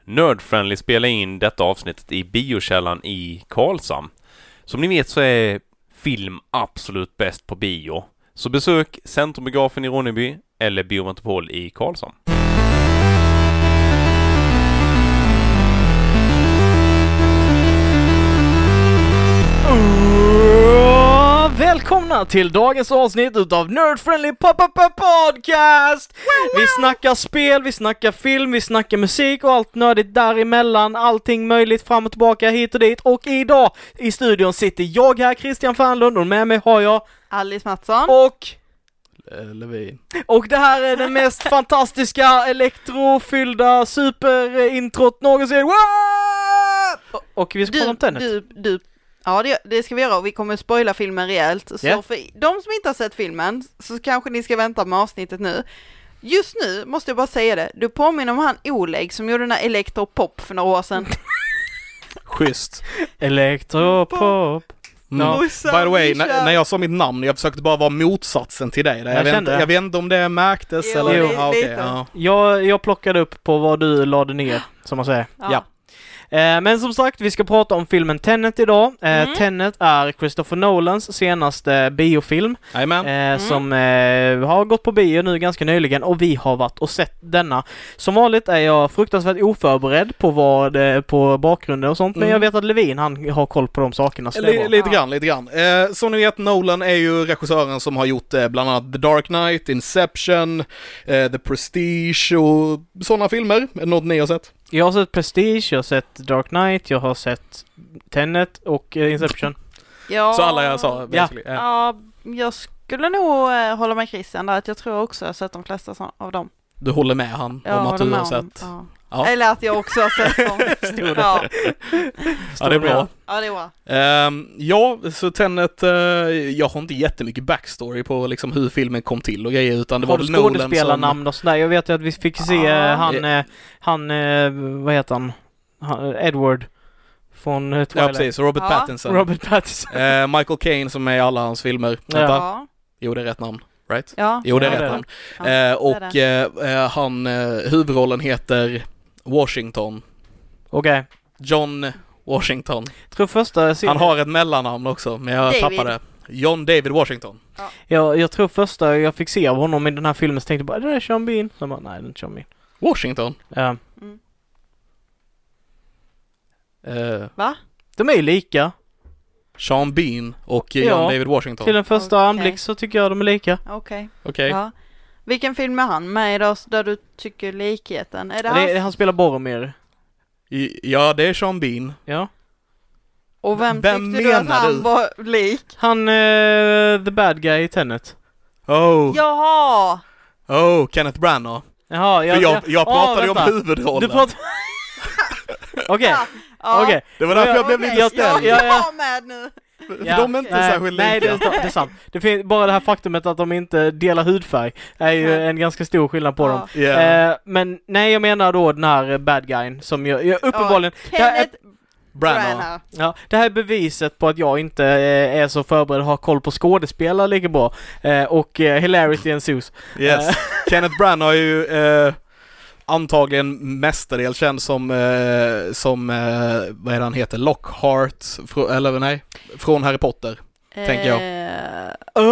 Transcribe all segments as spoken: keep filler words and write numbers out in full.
Nerdfriendly spelar in detta avsnittet i biokällan i Karlshamn. Som ni vet så är film absolut bäst på bio. Så besök Centrumbiografen i Ronneby eller Biometropol i Karlshamn. Välkomna till dagens avsnitt utav Nerdfriendly Pop-Up Podcast! Vi snackar spel, vi snackar film, vi snackar musik och allt nördigt däremellan. Allting möjligt fram och tillbaka, hit och dit. Och idag i studion sitter jag här, Christian Fernlund, och med mig har jag Alice Mattsson och Levin. Och det här är den mest fantastiska elektrofyllda superintrot någonsin. Och, och vi ska prata om Tenet. Du, du, ja, det, det ska vi göra, och vi kommer spoila filmen rejält. Så yeah. för de som inte har sett filmen så kanske ni ska vänta med avsnittet nu. Just nu måste jag bara säga det. Du påminner om han Oleg som gjorde den här elektropop för några år sedan. Schysst. Elektropop. No. By the way, när, när jag sa mitt namn, jag försökte bara vara motsatsen till dig. Jag, jag, vet, inte, jag vet inte om det märktes jo, eller... Det, ah, okay, ja. jag, jag plockade upp på vad du lade ner, som man säger. Ja. ja. Eh, men som sagt, vi ska prata om filmen Tenet idag. Eh, mm. Tenet är Christopher Nolans senaste biofilm. Eh, mm. Som eh, har gått på bio nu ganska nyligen, och vi har varit och sett denna. Som vanligt är jag fruktansvärt oförberedd på vad eh, på bakgrunden och sånt, mm. men jag vet att Levin, han har koll på de sakerna. L- lite grann, lite grann. Eh, som ni vet, Nolan är ju regissören som har gjort eh, bland annat The Dark Knight, Inception, eh, The Prestige och sådana filmer. Något ni har sett? Jag har sett Prestige, jag har sett Dark Knight, jag har sett Tenet och uh, Inception. Ja, så alla jag sa, basically. Ja, ja jag skulle nog uh, hålla med Christian där, att jag tror också jag har sett de flesta så- av dem. Du håller med han ja, om att du har om, sett? Ja. Ja. Eller att jag också har sett dem. ja. ja, det är bra. Ja, det är bra. Um, ja, så Tenet, uh, jag har inte jättemycket backstory på liksom hur filmen kom till och grejer, utan det har var du väl Nolan skådespelarnamn och sådär? Jag vet ju att vi fick se ah. han, eh, han, eh, vad heter han? han Edward från uh, Twilight. Ja, precis. Robert ja. Pattinson. Robert Pattinson. uh, Michael Caine som är i alla hans filmer. Ja. Ja. Jo, det är rätt namn. Right? Ja. Jo, det är ja, rätt det namn. Ja, uh, och uh, han, uh, huvudrollen heter Washington. Okej. Okay. John Washington. Tror första han har ett mellannamn också, men jag David. tappade. John David Washington. Ja. Jag, jag tror första jag fick se av honom i den här filmen så tänkte jag bara, det är Sean Bean. Så jag bara, nej, det är inte Sean Bean. Washington? Ja. Mm. Uh, Va? De är ju lika. Sean Bean och John ja, David Washington. Till en första okay. anblick så tycker jag de är lika. Okej. Okay. Okej. Okay. Ja. Vilken film är han med idag där du tycker likheten? Är det, det hans... är, han spelar Boromir. Ja, det är Sean Bean. Ja. Och vem, vem tyckte du att han du? var lik? Han, uh, the bad guy i Tenet. Oh. Jaha! Oh, Kenneth Branagh. Jaha, jag, För jag, jag pratade ju oh, om huvudrollen. Du pratade... Okej, ja, ja. okej. Det var därför jag, jag blev okay. lite ställd. Jag Ja, ja. var med nu. För ja, de är inte nej, särskilt nej, lika. Nej, det är, det är sant. Det finns, bara det här faktumet att de inte delar hudfärg är ju Nej. en ganska stor skillnad på Ja. dem. Yeah. Eh, men nej, jag menar då den här bad guyn som jag, jag uppenbarligen... Ja, det, här är, Kenneth Branagh. Branagh. ja, det här är beviset på att jag inte eh, är så förberedd och har koll på skådespelare lika bra. Eh, och eh, hilarity ensues. Yes. Eh. Kenneth Branagh är ju eh, antagligen mestadels känd som, eh, som eh, vad är det han heter? Lockhart, fr- eller nej, från Harry Potter, tänker jag. Eh,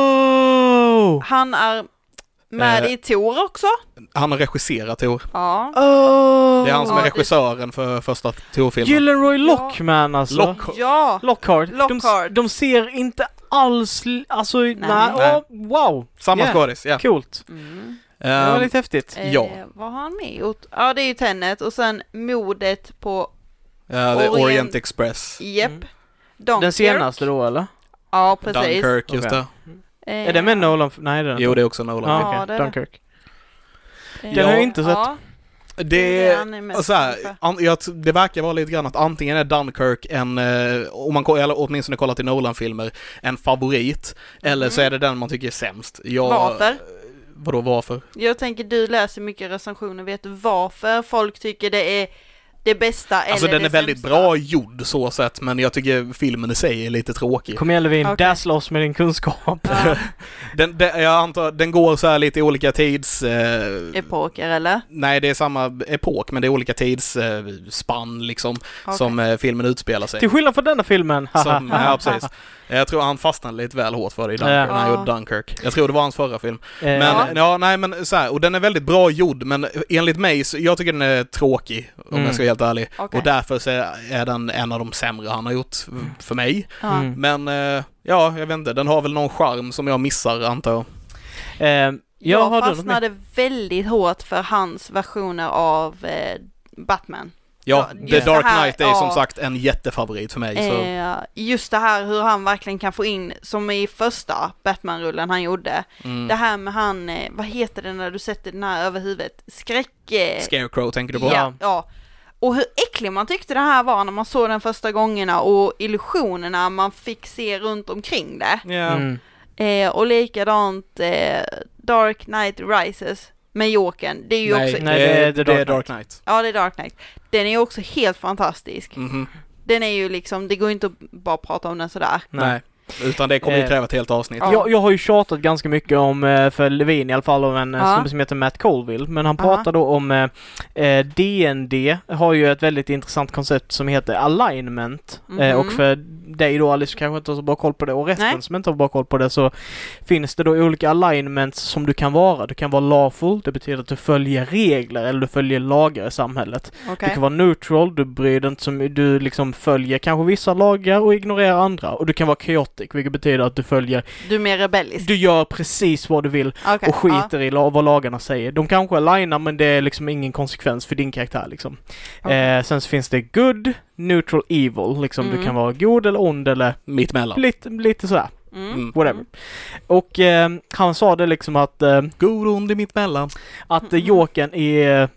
Oh! han är med Eh. i Thor också. Han har regisserat Thor. Ja. Oh! Det är han som Ja, är det- regissören för första Thor-filmen. Gyllenroy Lockman alltså. Lock- Ja. Lockhart. Lockhart. De, de ser inte alls... li- Alltså, nej. Nej. Åh, wow. Samma Yeah. skådis, ja. Coolt. Mm. Det var Um, lite häftigt. Eh, Ja. Vad har han med gjort? Ja, det är ju Tenet. Och sen Modet på ja, det är Orient- Orient Express. Jepp. Mm. Dunkirk. Den senaste då, eller? Ja, precis. Dunkirk, just Okej. det. Eh, Är det med Nolan? Nej, det är den Jo, inte. det är också Nolan. Ja, Ja, okej. det är det. Dunkirk. eh, Den har jag inte sett. Ja, Det, det är han är mest så här, för. an, jag, t- det verkar vara lite grann att antingen är Dunkirk en, eh, om man ko- eller åtminstone kollar till Nolan-filmer, en favorit, eller så Mm. är det den man tycker är sämst. Jag, Varför? Vadå varför? Jag tänker du läser mycket recensioner. Vet du varför folk tycker det är det bästa eller Alltså den det är väldigt sämsta. bra gjord så sett, men jag tycker filmen i sig är lite tråkig. Kom igen Levin, Okay. dazzla oss med din kunskap. Ja. den, den, jag antar, den går så här lite i olika tids... Eh, Epoker eller? nej, det är samma epok, men det är olika tidsspann eh, liksom, Okay. som eh, filmen utspelar sig. Till skillnad från denna filmen. Som, ja, precis. Jag tror han fastnade lite väl hårt för det i Dunkirk, Ja. när han gjorde Dunkirk. Jag tror det var hans förra film. Eh, Men, Ja. ja, nej men så här, och den är väldigt bra gjord, men enligt mig, så, jag tycker den är tråkig, om Mm. jag ska vara helt ärlig. Okay. Och därför så är den en av de sämre han har gjort för mig. Ja. Mm. Men, eh, ja, jag vet inte, den har väl någon charm som jag missar, antar jag. eh, jag Jag har du något mer? fastnade väldigt hårt för hans versioner av eh, Batman. Ja, Ja, The just Dark det här, Knight är ja. som sagt en jättefavorit för mig. Så. Eh, just det här hur han verkligen kan få in, som i första Batman-rullen han gjorde, Mm. det här med han, eh, vad heter det när du sätter den här över huvudet? Skräck... Eh, Scarecrow tänker du på? ja, ja. Och hur äcklig man tyckte det här var när man såg den första gångerna och illusionerna man fick se runt omkring det. Ja. Mm. Eh, och likadant eh, Dark Knight Rises med Jokern. Det är ju Nej, också... Nej, det, det är är, The det är Dark Dark Knight. Ja, det är Dark Knight. Den är ju också helt fantastisk. Mhm. Den är ju liksom, det går inte att bara prata om den sådär. Nej. Utan det kommer ju Eh, kräva ett helt avsnitt. Ja. Jag, jag har ju tjatat ganska mycket om, eh, för Levin i alla fall, om en Ja. snubbe som heter Matt Colville. Men han Aha. pratar då om eh, eh, D and D har ju ett väldigt intressant koncept som heter alignment. Mhm. Eh, och för dig då Alice kanske inte har så bra koll på det, och resten Nej. som inte har bra koll på det, så finns det då olika alignments som du kan vara. Du kan vara lawful, det betyder att du följer regler eller du följer lagar i samhället. Okej. Du kan vara neutral, du bryr dig inte som du liksom följer kanske vissa lagar och ignorerar andra. Och du kan vara chaotic, vilket betyder att du följer, Du är mer rebellisk. du gör precis vad du vill Okej, och skiter i la- vad lagarna säger. De kanske alignar, men det är liksom ingen konsekvens för din karaktär liksom. Okej. Eh, sen så finns det good, neutral, evil. Liksom Mm. du kan vara god eller ond eller Mittemellan. lite, lite sådär. Mm. Mm. Whatever. Och eh, han sa det liksom att eh, God och ond i mittemellan. att eh, Jokern i, eh,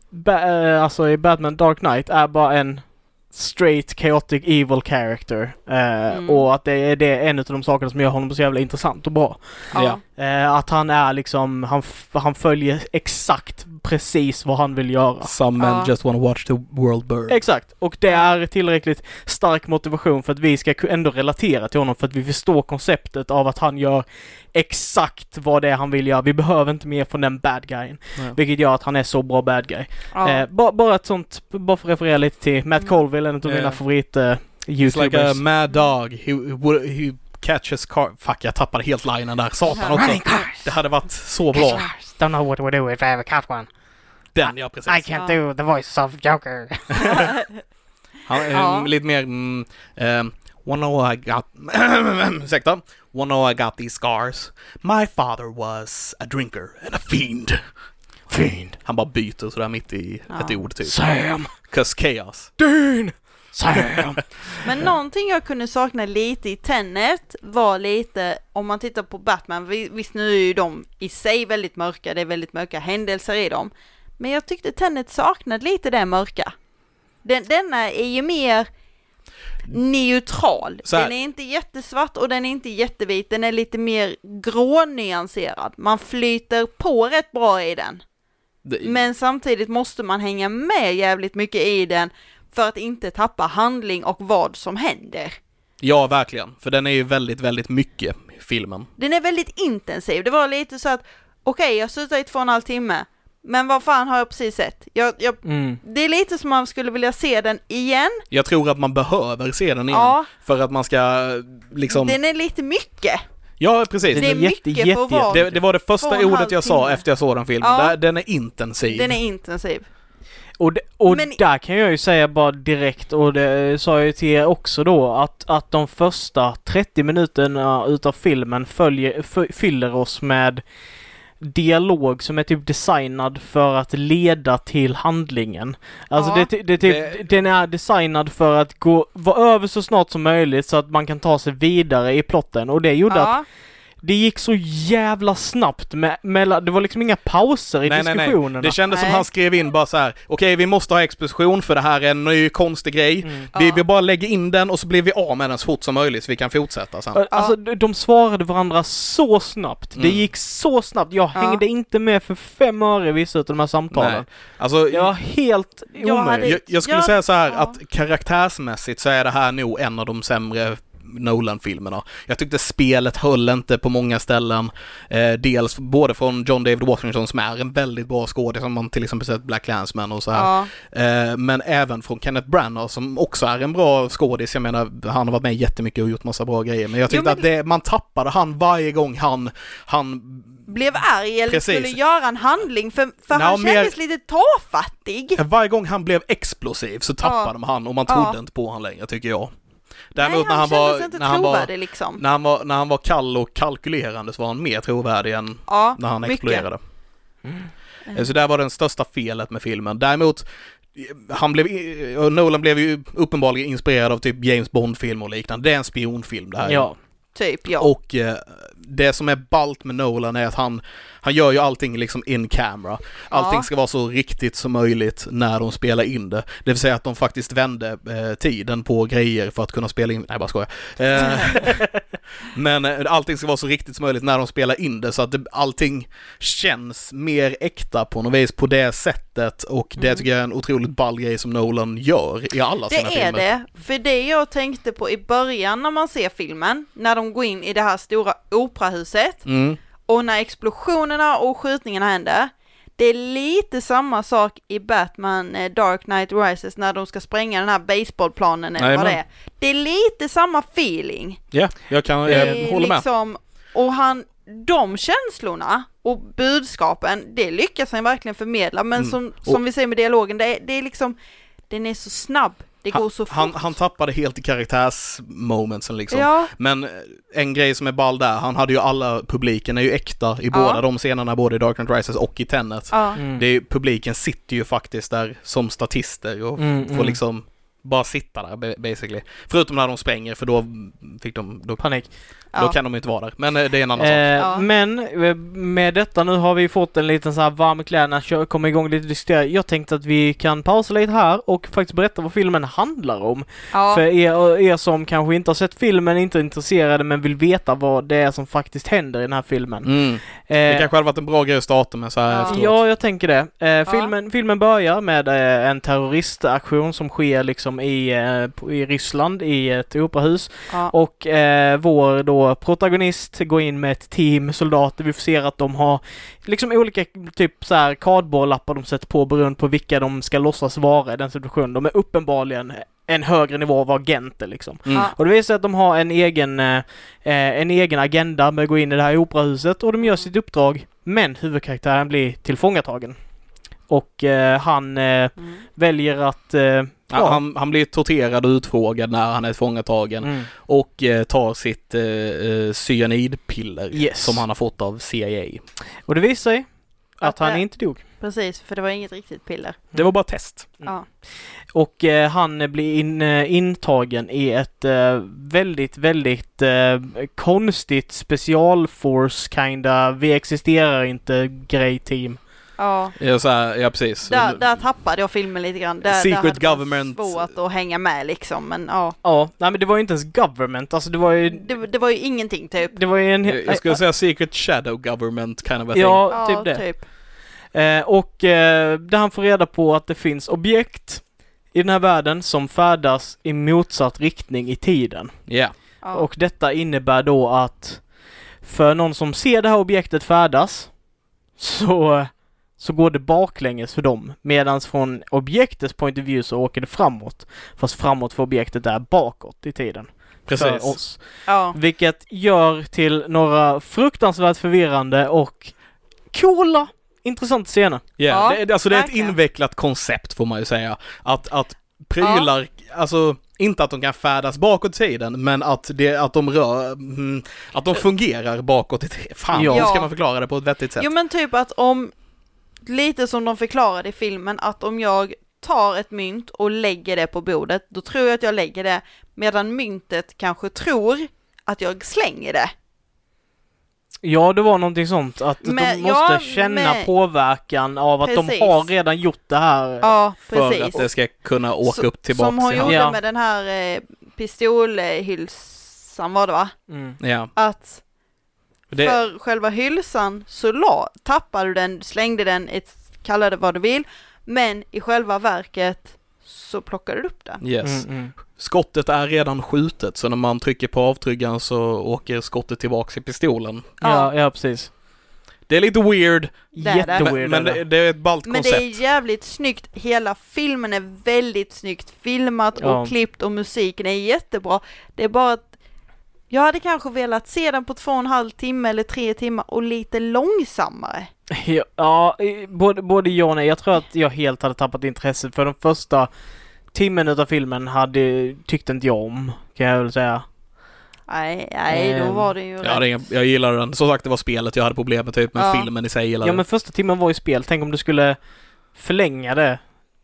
ba- eh, alltså i Batman Dark Knight är bara en straight chaotic evil character. Eh, Mm. Och att det är, det är en av de sakerna som gör honom så jävla intressant och bra. Ja. Eh, att han är liksom, han, f- han följer exakt precis vad han vill göra. Some men Ja. just wanna watch the world burn. Exakt, och det är tillräckligt stark motivation för att vi ska ku- ändå relatera till honom, för att vi förstår konceptet av att han gör exakt vad det är han vill göra. Vi behöver inte mer från den bad guyen, Ja. vilket gör att han är så bra bad guy. Ja. Eh, ba- bara ett sånt, bara för att referera lite till Matt Mm. Colville, en av Ja. mina favorit eh, It's YouTubers. like a mad dog. He, he, he catches car... Fuck, jag tappade helt linen där. Satan också. Det hade varit så bra. Don't know what to do if I have a cat one. Den, ja precis. I can't do the voice of Joker. Han, eh, Ja. lite mer... Mm, um, One know I got... Ursäkta. One know I got these scars. My father was a drinker and a fiend. Fiend. Han bara byter sådär mitt i Ja. ett ord typ. Sam. Cause chaos. Dean. Sam. Men någonting jag kunde sakna lite i Tenet var lite, om man tittar på Batman, vi- visst nu är ju de i sig väldigt mörka, det är väldigt mörka händelser i dem. Men jag tyckte Tenet saknade lite det mörka. Den, denna är ju mer neutral. Så här. Den är inte jättesvart och den är inte jättevit, den är lite mer grånyanserad. Man flyter på rätt bra i den. Det, Men samtidigt måste man hänga med jävligt mycket i den för att inte tappa handling och vad som händer. Ja, verkligen. För den är ju väldigt, väldigt mycket filmen. Den är väldigt intensiv. Det var lite så att okej, okay, jag slutar i två och en halv timme. Men vad fan har jag precis sett? Jag, jag, Mm. det är lite som man skulle vilja se den igen. Jag tror att man behöver se den igen. Ja, För att man ska liksom... den är lite mycket. Ja, precis. Det är jätte, mycket jätte, för att vara Det, det var det två och första en ordet halv jag sa timme. efter jag såg den filmen. Ja. Där, den är intensiv. Den är intensiv. Och, det, och Men- där kan jag ju säga bara direkt, och det sa jag ju till er också då, att, att de första trettio minuterna utav filmen följer, f- fyller oss med dialog som är typ designad för att leda till handlingen. Alltså Ja. det, det, är typ, Det- den är designad för att gå, vara över så snart som möjligt så att man kan ta sig vidare i plotten, och det gjorde att Ja, det gick så jävla snabbt med, med, det var liksom inga pauser i nej, diskussionerna. Nej, nej. Det kändes nej. som han skrev in bara så här: okej, okay, vi måste ha exposition för det här är en ny konstig grej. Mm. Vi, ja. vi bara lägger in den och så blir vi av med den så fort som möjligt så vi kan fortsätta sen. Alltså, de, de svarade varandra så snabbt. Mm. Det gick så snabbt. Jag ja. hängde inte med för fem öre i vissa av de här samtalen. Nej. Alltså, jag var helt omöjligt. Jag, jag skulle jag, säga så här ja. att karaktärsmässigt så är det här nog en av de sämre Nolan-filmerna. Jag tyckte spelet höll inte på många ställen. Eh, dels både från John David Washington som är en väldigt bra skådespelare som man till exempel sett Black Klansman och så här. Ja. Eh, men även från Kenneth Branagh som också är en bra skådis. Jag menar, han har varit med jättemycket och gjort massa bra grejer. Men jag tyckte jo, men... att det, man tappade han varje gång han, han blev arg eller Precis. skulle göra en handling för, för Nå, han kändes mer... lite tafattig. Varje gång han blev explosiv så tappade ja. han och man trodde ja. inte på han längre, tycker jag. Däremot Nej, han när han var inte när han var, liksom. när han var när han var kall och kalkylerande så var han mer trovärdig än ja, när han mycket. exploderade. Mm. Så där var den största felet med filmen. Däremot han blev Nolan blev ju uppenbarligen inspirerad av typ James Bond-film och liknande. Det är en spionfilm det här. Ja. Typ, ja. Och eh, det som är ballt med Nolan är att han, han gör ju allting liksom in camera. Allting ja. ska vara så riktigt som möjligt när de spelar in det. Det vill säga att de faktiskt vände eh, tiden på grejer för att kunna spela in... Nej, bara skojar. Eh, men eh, allting ska vara så riktigt som möjligt när de spelar in det så att det, allting känns mer äkta på något vis på det sättet och det mm. tycker jag är en otroligt ball grej som Nolan gör i alla sina filmer. Det är det, för det jag tänkte på i början när man ser filmen, när de går in i det här stora operahuset mm. och när explosionerna och skjutningarna händer, det är lite samma sak i Batman eh, Dark Knight Rises när de ska spränga den här baseballplanen eller Nej, vad men... det är. Det är lite samma feeling. Ja, yeah, jag kan eh, hålla med. Liksom, och han, de känslorna och budskapen, det lyckas han verkligen förmedla, men mm. som, som och... vi säger med dialogen, det är, det är liksom, den är så snabb. Det går så fort. Han, han tappade helt i karaktärsmomentsen liksom. Ja. Men en grej som är ball där, han hade ju alla, publiken är ju äkta i ja. båda de scenerna, både i Dark Knight Rises och i Tenet. Ja. Mm. Det är, publiken sitter ju faktiskt där som statister och mm, får mm. liksom bara sitta där basically. Förutom när de spränger, för då fick de då, panik. Då ja. kan de inte vara där. Men det är en annan eh, sak. Ja. Men med detta nu har vi fått en liten så här varm kläderna, kommer igång lite diskutera. Jag tänkte att vi kan pausa lite här och faktiskt berätta vad filmen handlar om. Ja. För er, er som kanske inte har sett filmen, inte är intresserade men vill veta vad det är som faktiskt händer i den här filmen. Mm. Eh, det kanske hade varit en bra grej att starta med så här ja. efteråt. Ja, jag tänker det. Eh, filmen, ja. filmen börjar med eh, en terroristaktion som sker liksom i, eh, i Ryssland i ett operahus. Ja. Och eh, vår då protagonist går in med ett team soldater. Vi får se att de har liksom olika typ så här kardborrlappar de sätter på beroende på vilka de ska låtsas vara i den situationen. De är uppenbarligen en högre nivå av agenter liksom. Mm. Och det visar sig att de har en egen eh, en egen agenda med att gå in i det här operahuset och de gör sitt uppdrag, men huvudkaraktären blir tillfångatagen. Och eh, han eh, mm. väljer att eh, ja, ja. Han, han blir torterad och utfrågad när han är fångatagen mm. och eh, tar sitt eh, cyanidpiller yes. som han har fått av C I A. Och det visar sig att, att han det, inte dog. Precis, för det var inget riktigt piller. Det var bara test. Mm. Ja. Och eh, han blir in, eh, intagen i ett eh, väldigt, väldigt eh, konstigt specialforce kinda, vi existerar inte grej-team. Ja. Ja, så här, ja, precis. Där, där tappade jag filmen lite grann. Där, Secret där government. Svårt att hänga med liksom, men ja. Ja, nej men det var ju inte ens government, alltså det var ju... Det, det var ju ingenting typ. Det var ju en... Jag, jag skulle äh, säga secret shadow government kind of a thing. Ja, typ ja, det. Typ. Eh, och eh, där han får reda på att det finns objekt i den här världen som färdas i motsatt riktning i tiden. Yeah. Ja. Och detta innebär då att för någon som ser det här objektet färdas så... så går det baklänges för dem. Medan från objektets point of view så åker det framåt. Fast framåt för objektet är bakåt i tiden. Precis. För oss. Ja. Vilket gör till några fruktansvärt förvirrande och coola, intressanta scener. Yeah. Ja, det, alltså det är ett verkligen. invecklat koncept får man ju säga. Att, att prylar, ja. alltså inte att de kan färdas bakåt i tiden, men att, det, att de rör, mm, att de fungerar bakåt i tiden. Fan, ja. hur ska man förklara det på ett vettigt sätt? Jo men typ att om lite som de förklarade i filmen, att om jag tar ett mynt och lägger det på bordet, då tror jag att jag lägger det, medan myntet kanske tror att jag slänger det. Ja, det var någonting sånt. Att Men, de måste ja, känna men, påverkan av att precis. de har redan gjort det här. Ja, för precis. att det ska kunna åka Så, upp tillbaka. Som hon till gjorde Ja. med den här eh, pistolhylsan var det va? Mm. Ja. Att Det, för själva hylsan så la, tappade du den, slängde den, ett, kalla det vad du vill. Men i själva verket så plockar du upp den. yes. Mm, mm. Skottet är redan skjutet, så när man trycker på avtryggaren så åker skottet tillbaka i pistolen. Ja, ja, precis. Det är lite weird, Det är det. Jätteweird. men, men det, det är ett ballt Men koncept. det är jävligt snyggt. Hela filmen är väldigt snyggt filmat och Ja. klippt och musiken är jättebra. Det är bara att jag hade kanske velat se den på två och en halv timme eller tre timmar och lite långsammare. Ja, ja i- både, både jag och nej. Jag tror att jag helt hade tappat intresset för den första timmen av filmen hade tyckte inte jag om, kan jag väl säga. Nej, nej, då Ehm, var det ju Ja, rätt. det är, jag gillar den. Som sagt, det var spelet jag hade problem med, typ, men Ja. filmen i sig gillar Ja, jag. men första timmen var ju spel. Tänk om du skulle förlänga det.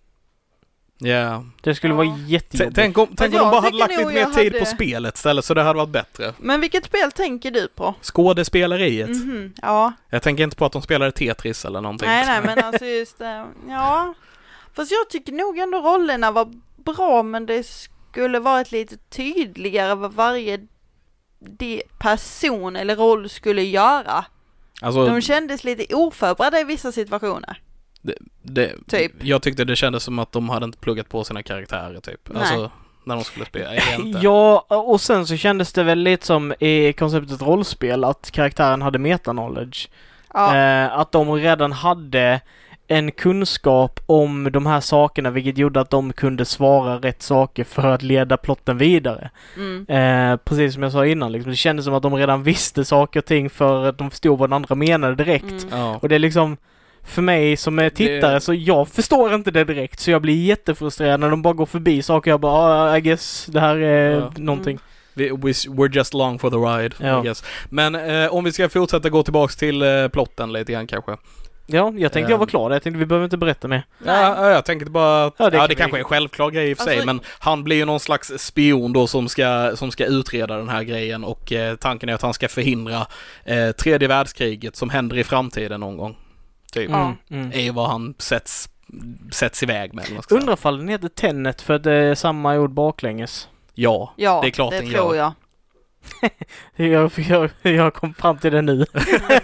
Yeah. Det skulle Ja. vara T- jättejobbigt. Tänk om, tänk om jag de bara hade tycker lagt nog lite mer jag tid hade- på spelet istället, så det hade varit bättre. Men vilket spel tänker du på? Skådespeleriet. Mhm, ja. Jag tänker inte på att de spelade Tetris eller någonting. Nej, nej, men alltså just det. Ja. Fast jag tycker nog ändå rollerna var bra, men det skulle varit lite tydligare vad varje de person eller roll skulle göra. Alltså, De kändes lite oförberedda i vissa situationer. det, typ. Jag tyckte det kändes som att de hade inte pluggat på sina karaktärer, typ. Nej. Alltså, när de skulle spela. Jag vet inte. Ja, och sen så kändes det väl lite som i konceptet rollspel att karaktären hade meta-knowledge. Ja, Eh, att de redan hade en kunskap om de här sakerna, vilket gjorde att de kunde svara rätt saker för att leda plotten vidare. mm. Eh, precis som jag sa innan, liksom. Det kändes som att de redan visste saker och ting för att de förstod vad den andra menade direkt. Mm. Ja. Och det är liksom, för mig som är tittare, Det- så jag förstår inte det direkt, så jag blir jättefrustrerad när de bara går förbi saker. Jag bara, ah, I guess det här är Ja. någonting. Vi, we, we're just along for the ride, Ja. I guess. Men eh, om vi ska fortsätta gå tillbaks till eh, plotten lite grann kanske. Ja, jag tänkte jag var Ehm. klar. Jag tänkte vi behöver inte berätta mer. Nej. Ja, ja, jag tänkte bara att, Ja, ja, det det, kan vi- kanske är en självklar grej i och för sig, Alltså- men han blir ju någon slags spion då som ska, som ska utreda den här grejen, och eh, tanken är att han ska förhindra eh, tredje världskriget som händer i framtiden någon gång. Typ. Ja. Mm, mm. Är ju vad han sätts, sätts iväg med. eller vad man ska säga. Undrar ifall den heter Tenet för att det är samma ord baklänges. Ja, Ja, det är klart det den tror gör. jag. Jag, jag, jag kom fram till det nu.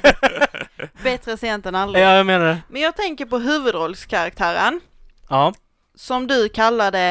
Bättre sent än aldrig. Ja, jag menar det. Men jag tänker på huvudrollskaraktären Ja. som du kallade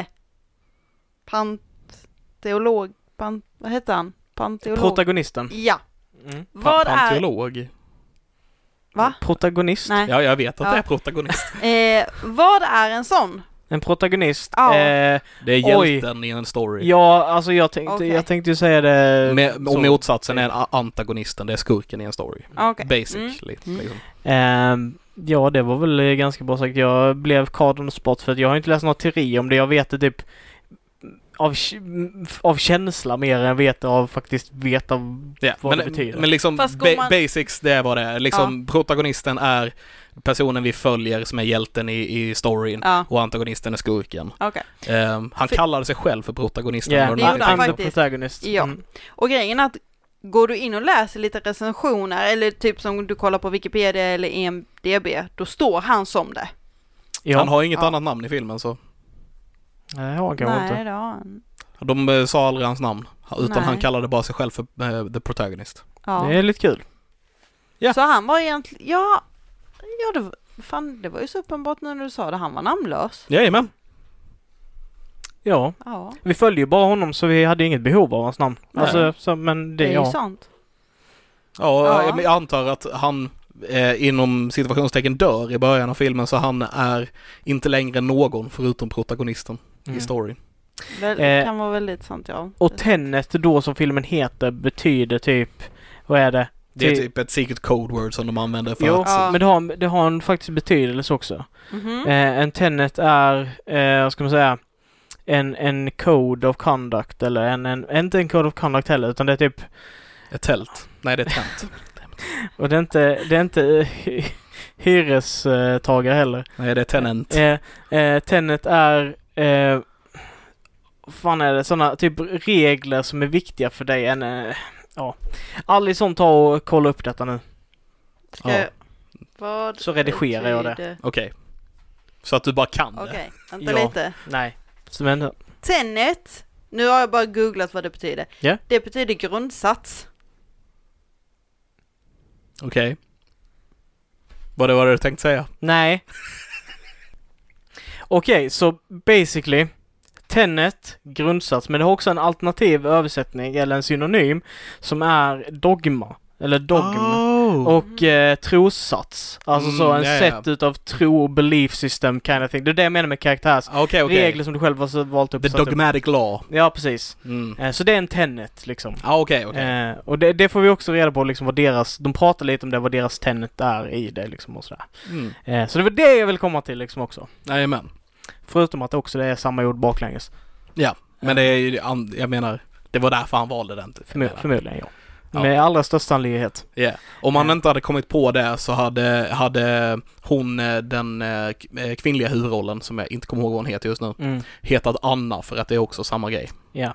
panteolog. Pan, vad heter han? Panteolog. Protagonisten. Ja. Mm. Vad är... Panteolog. Va? Protagonist. Nej. Ja, jag vet att Ja. det är protagonist. Eh, vad är en sån? En protagonist. Ja. Eh, Det är Oj. hjälten i en story. ja, alltså jag tänkte, Okej. jag tänkte ju säga det. Med, så. och motsatsen är en a- antagonisten, det är skurken i en story. Okej. Basically. Mm. Liksom. Ehm, ja, det var väl ganska bra sagt. Jag blev card on the spot för att jag har inte läst någon teori om det. Jag vet det typ av, av känsla mer än jag vet av faktiskt veta Ja, vad men, det betyder. men liksom Fast går ba- man- basics, det är vad det är. Liksom protagonisten är personen vi följer som är hjälten i, i storyn, Ja, och antagonisten är skurken. okej. Ehm, han För- kallade sig själv för protagonisten. Yeah, under det den gjorde här han I'm tiden. the faktiskt. protagonist. Ja. Mm. Och grejen är att går du in och läser lite recensioner eller typ som du kollar på Wikipedia eller I M D B, då står han som det. Ja. Han har inget Ja. annat namn i filmen, så Nej, jag har kanske Nej, inte. det har han. de eh, sa aldrig hans namn, utan Nej. han kallade bara sig själv för eh, the protagonist. Ja. Det är lite kul. Ja. Så han var egentligen, ja, ja det, var- fan, det var ju så uppenbart när du sa det, han var namnlös. Jajamän. Ja. Ja, Vi följde ju bara honom så vi hade inget behov av hans namn. Nej. Alltså, så, men det, det är ju ja. sant. Ja, Ja. jag antar att han eh, inom situationstecken dör i början av filmen, så han är inte längre någon förutom protagonisten Mm. i storyn. Väl, Eh, kan vara väldigt sant, ja. Och Tenet då som filmen heter betyder typ, vad är det? Det är Ty- typ ett secret code word som de använder för Jo, att... Ja. men det har, det har en faktiskt betydelse också. Mhm. Eh, en Tenet är, eh, vad ska man säga, en, en code of conduct, eller en, en, inte en code of conduct heller, utan det är typ, Ett tält. Nej, det är ett tält. och det är inte, det är inte eh, hyrestagare heller. Nej, det är tenant. Eh, eh, Tenet är, eh, vad fan är det, sådana typ regler som är viktiga för dig. En, eh, Ja. Allison, ta och kolla upp detta nu. Ska Ja. jag... Vad Så redigerar jag det. betyder- Okej. Okay. Så att du bara kan det. Okej, vänta Ja. lite. Nej. Så men, Tenet, nu har jag bara googlat vad det betyder. Ja. Det betyder grundsats. Okej. Okay. Vad det var det du tänkte säga? nej. Okej, så basically Tenet, grundsats, men det har också en alternativ översättning eller en synonym som är dogma eller dogm. Oh. Och eh, trossats. Alltså Mm, så en ja, ja. sätt utav tro, belief system kind of thing. Det är det jag menar med karaktärs. Okej, okej. Regler som du själv har så valt upp. The satt upp. dogmatic law. Ja, precis. Mm. Eh, så det är en tenet liksom. Ja, okej, okej. Eh, och det, det får vi också reda på liksom vad deras, de pratar lite om det, vad deras tenet är i det liksom och sådär. Mm. Eh, så det var det jag vill komma till liksom också. Jajamän. Förutom att det också är samma ord baklänges. Ja, men det är ju, an- jag menar, det var därför han valde den. Typ. Förmo- förmodligen, ja. Ja. Med allra största sannolikhet. Yeah. Om man Ja. inte hade kommit på det så hade, hade hon, eh, den eh, k- eh, kvinnliga huvudrollen, som jag inte kommer ihåg vad hon heter just nu, Mm. hetat Anna, för att det är också samma grej. Ja.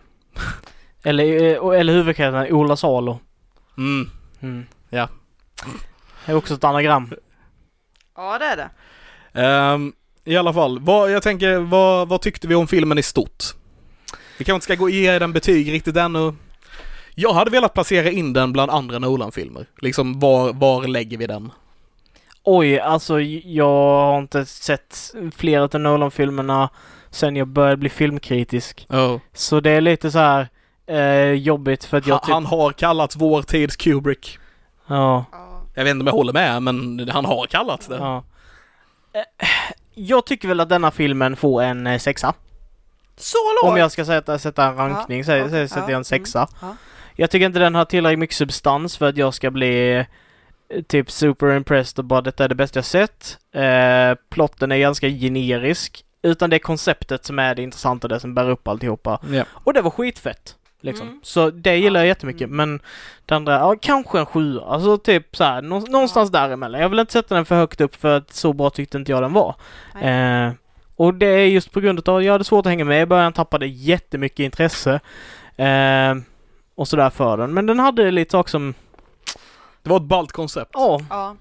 eller, eh, eller huvudkaraktären Ola Salo. Mm. Mm. Ja. Det är också ett anagram. Ja, det är det. Ehm, I alla fall, vad, jag tänker, vad, vad tyckte vi om filmen i stort? Vi kanske inte ska gå ge den betyg riktigt ännu. Jag hade velat placera in den bland andra Nolan-filmer. Liksom, var, var lägger vi den? Oj, alltså jag har inte sett flera av Nolan-filmerna sen jag började bli filmkritisk. Oh. Så det är lite så här eh, jobbigt för att jag Han, typ... han har kallats vår tids Kubrick. Ja, Ja. Jag vet inte om jag håller med, men han har kallats det. ja. Eh, Jag tycker väl att denna filmen får en eh, sexa. Så lågt! Om jag ska sätta, sätta en rankning Ja, så, så okej, sätter ja, jag en sexa. mm, ja. Jag tycker inte den har tillräckligt mycket substans för att jag ska bli eh, typ super impressed och bara detta är det bästa jag sett. Eh, plotten är ganska generisk. Utan det är konceptet som är det intressanta, det som bär upp alltihopa. Ja. Och det var skitfett. Liksom. Mm. Så det gillar jag Ja, jättemycket. mm. Men den andra, ja kanske en sju. Alltså typ så här, nå- någonstans däremellan. Jag vill inte sätta den för högt upp för att så bra tyckte inte jag den var. Nej. Eh, och det är just på grund av att jag hade svårt att hänga med i början, tappade jättemycket intresse. Eh, och sådär för den. Men den hade lite saker som, Det var ett ballt koncept. ja. Ja.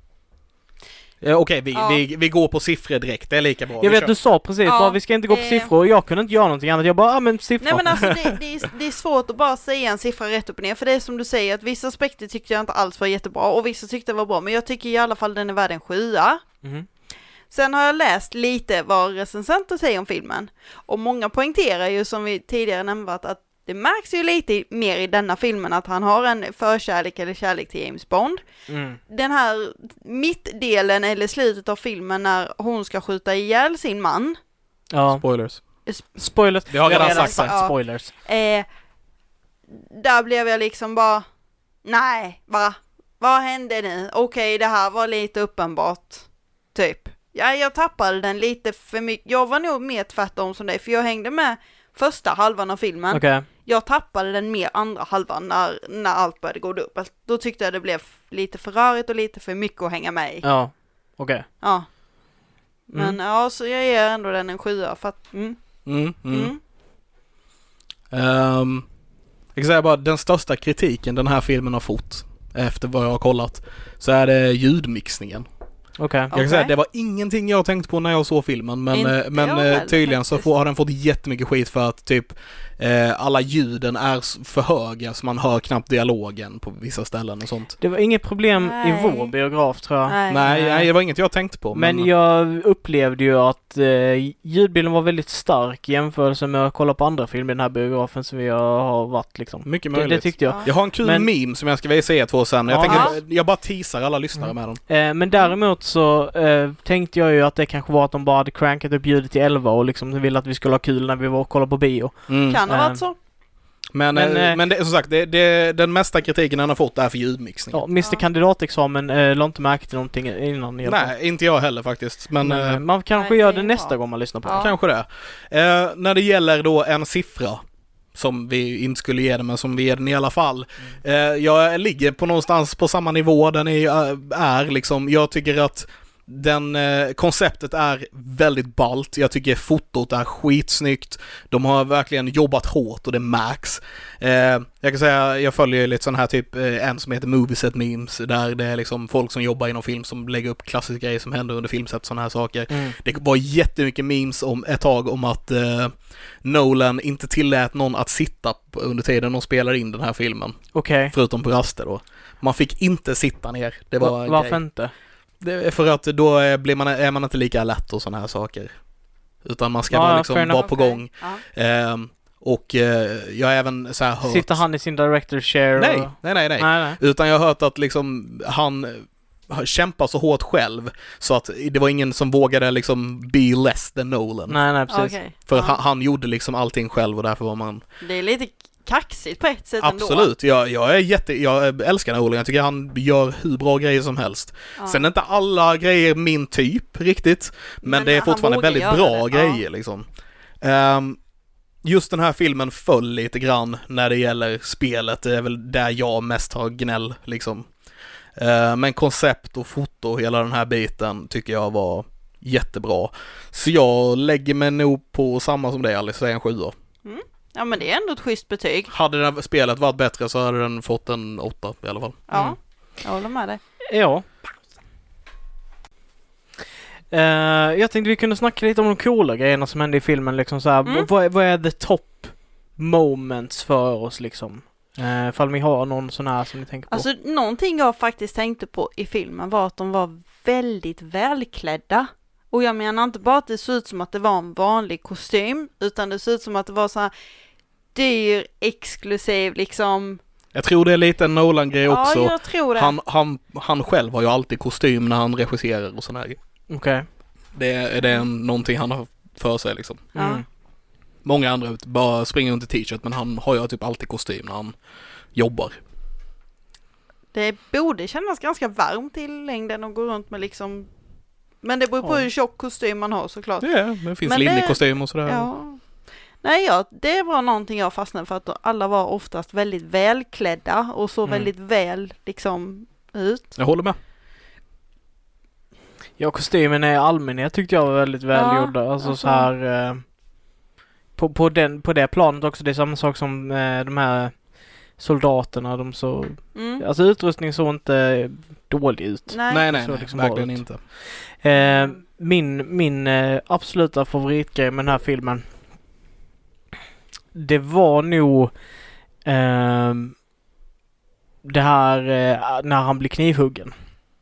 Eh, Okej, vi, Ja. vi, vi går på siffror direkt. Det är lika bra. Jag Vi vet, kör. du sa precis Ja, bara vi ska inte gå på eh. siffror och jag kunde inte göra någonting annat. Jag bara, ja men siffror. Nej men alltså det, det, är, det är svårt att bara säga en siffra rätt upp och ner, för det är som du säger att vissa aspekter tyckte jag inte alls var jättebra och vissa tyckte det var bra, men jag tycker i alla fall den är värd en sjua. Mhm. Sen har jag läst lite vad recensenter säger om filmen och många poängterar ju som vi tidigare nämnt att det märks ju lite mer i denna filmen att han har en förkärlek eller kärlek till James Bond. Mm. Den här mittdelen eller slutet av filmen när hon ska skjuta ihjäl sin man. Ja. Spoilers. Spoilers. Vi har redan sagt sagt det. Ja. spoilers. Eh, där blev jag liksom bara, nej, va? Vad hände nu? Okej, det här var lite uppenbart, typ. Ja, jag tappade den lite för mycket. Jag var nog mer tvärtom som dig, för jag hängde med första halvan av filmen. Okej. Jag tappade den mer andra halvan när, när allt började gå dubbelt. Då tyckte jag det blev lite för rörigt och lite för mycket att hänga med i. Ja. Okej. Ja. Men Mm. ja, så jag ger ändå den en sjua för att, mm, Mm, mm. mm. Ehm, jag kan säga bara, den största kritiken den här filmen har fått, efter vad jag har kollat, så är det ljudmixningen. Okej. Jag kan Okej. säga att det var ingenting jag tänkte på när jag såg filmen, men, Inte eh, men jag eh, heller, tydligen så faktiskt. får, har den fått jättemycket skit för att typ eh, alla ljuden är s- för höga så man hör knappt dialogen på vissa ställen och sånt. Det var inget problem Nej. i vår biograf tror jag. Nej. Nej, nej, det var inget jag tänkte på. Men jag upplevde ju att eh, ljudbilden var väldigt stark i jämförelse med att kolla på andra filmer i den här biografen som vi har, har varit liksom. Mycket Det, möjligt. det tyckte jag. Ja. Jag har en kul Men- meme som jag ska visa er två sen. Jag, Ja. tänker, jag bara teasar alla lyssnare med den. Eh, men däremot så eh, tänkte jag ju att det kanske var att de bara hade crankat upp ljudet till elva och liksom ville att vi skulle ha kul när vi var och kollade på bio. Mm. Kan ha Eh, varit så. Men, Men, eh, eh, men det, som sagt, det, det, den mesta kritiken han har fått är för ljudmixning. Ja, mister Ja. Kandidatexamen eh, la inte märke till någonting innan. i alla fall. Nej, inte jag heller faktiskt. Men, Men, eh, eh, man kanske Nej, gör det det är nästa bra. gång man lyssnar på Ja. det. kanske det. Eh, när det gäller då en siffra som vi inte skulle ge den, men som vi ger den i alla fall. Eh, jag ligger på någonstans på samma nivå den är, är liksom, jag tycker att Den eh, konceptet är väldigt ballt. Jag tycker fotot är skitsnyggt. De har verkligen jobbat hårt och det märks. Eh, jag kan säga, jag följer lite sån här typ eh, en som heter Movieset Memes, där det är liksom folk som jobbar inom film som lägger upp klassiska grejer som händer under filmset, såna här saker. Mm. Det var jättemycket memes om ett tag om att eh, Nolan inte tillät någon att sitta under tiden de spelar in den här filmen. Okej. Okay. Förutom på raster då. Man fick inte sitta ner. Det var Va- varför inte? Det är för att då blir man, är man inte lika lätt och såna här saker. Utan man ska ja, vara, liksom, vara på okay. gång. Ja. Ehm, och eh, jag har även så här hört... Sitter han i sin director chair? Nej, och... nej, nej, nej, nej. Utan jag har hört att liksom han kämpar så hårt själv så att det var ingen som vågade liksom be less than Nolan. Nej, nej, precis. Okay. För ja. han, han gjorde liksom allting själv och därför var man... Det är lite kaxigt på ett sätt Absolut, ändå. jag, jag är jätte, jag älskar Nolan. Jag tycker han gör hur bra grejer som helst. Ja. Sen är inte alla grejer min typ riktigt, men, men det är fortfarande väldigt bra det. grejer ja. liksom. Um, just den här filmen föll lite grann när det gäller spelet. Det är väl där jag mest har gnäll liksom. Uh, men koncept och foto, hela den här biten tycker jag var jättebra. Så jag lägger mig nog på samma som det, Alice, säger en sjua. Mm. Ja, men det är ändå ett schysst betyg. Hade det här spelet varit bättre så hade den fått en åtta i alla fall. Ja, mm. jag håller med dig. Ja. Uh, jag tänkte vi kunde snacka lite om de coola grejerna som hände i filmen. Liksom så här, mm. vad, vad är the top moments för oss liksom? Uh, ifall ni har någon sån här som ni tänker på. Alltså, någonting jag faktiskt tänkte på i filmen var att de var väldigt välklädda. Och jag menar inte bara att det såg ut som att det var en vanlig kostym, utan det såg ut som att det var så här dyr, exklusiv liksom. Jag tror det är lite en Nolan-grej ja, också. Jag tror det. Han, han, han själv har ju alltid kostym när han regisserar och sådär. Okej. Okay. Det är, det är någonting han har för sig liksom. Mm. Många andra bara springer runt i t-shirt, men han har ju typ alltid kostym när han jobbar. Det borde kännas ganska varmt i längden och gå runt med liksom. Men det beror på ja. hur tjock kostym man har såklart. Ja, det finns linnekostym och sådär. Ja. Nej, ja, det var någonting jag fastnade för, att alla var oftast väldigt välklädda och så mm. väldigt väl liksom ut. Jag håller med. Ja, kostymen i allmänhet tyckte jag var väldigt välgjorda. Ja, alltså, alltså så här eh, på, på, den, på det planet också, det är samma sak som eh, de här soldaterna, de så mm. alltså utrustning såg inte dålig ut. Nej, nej, nej, nej liksom verkligen inte. Eh, min min eh, absoluta favoritgrej med den här filmen, det var nog eh, det här eh, när han blir knivhuggen.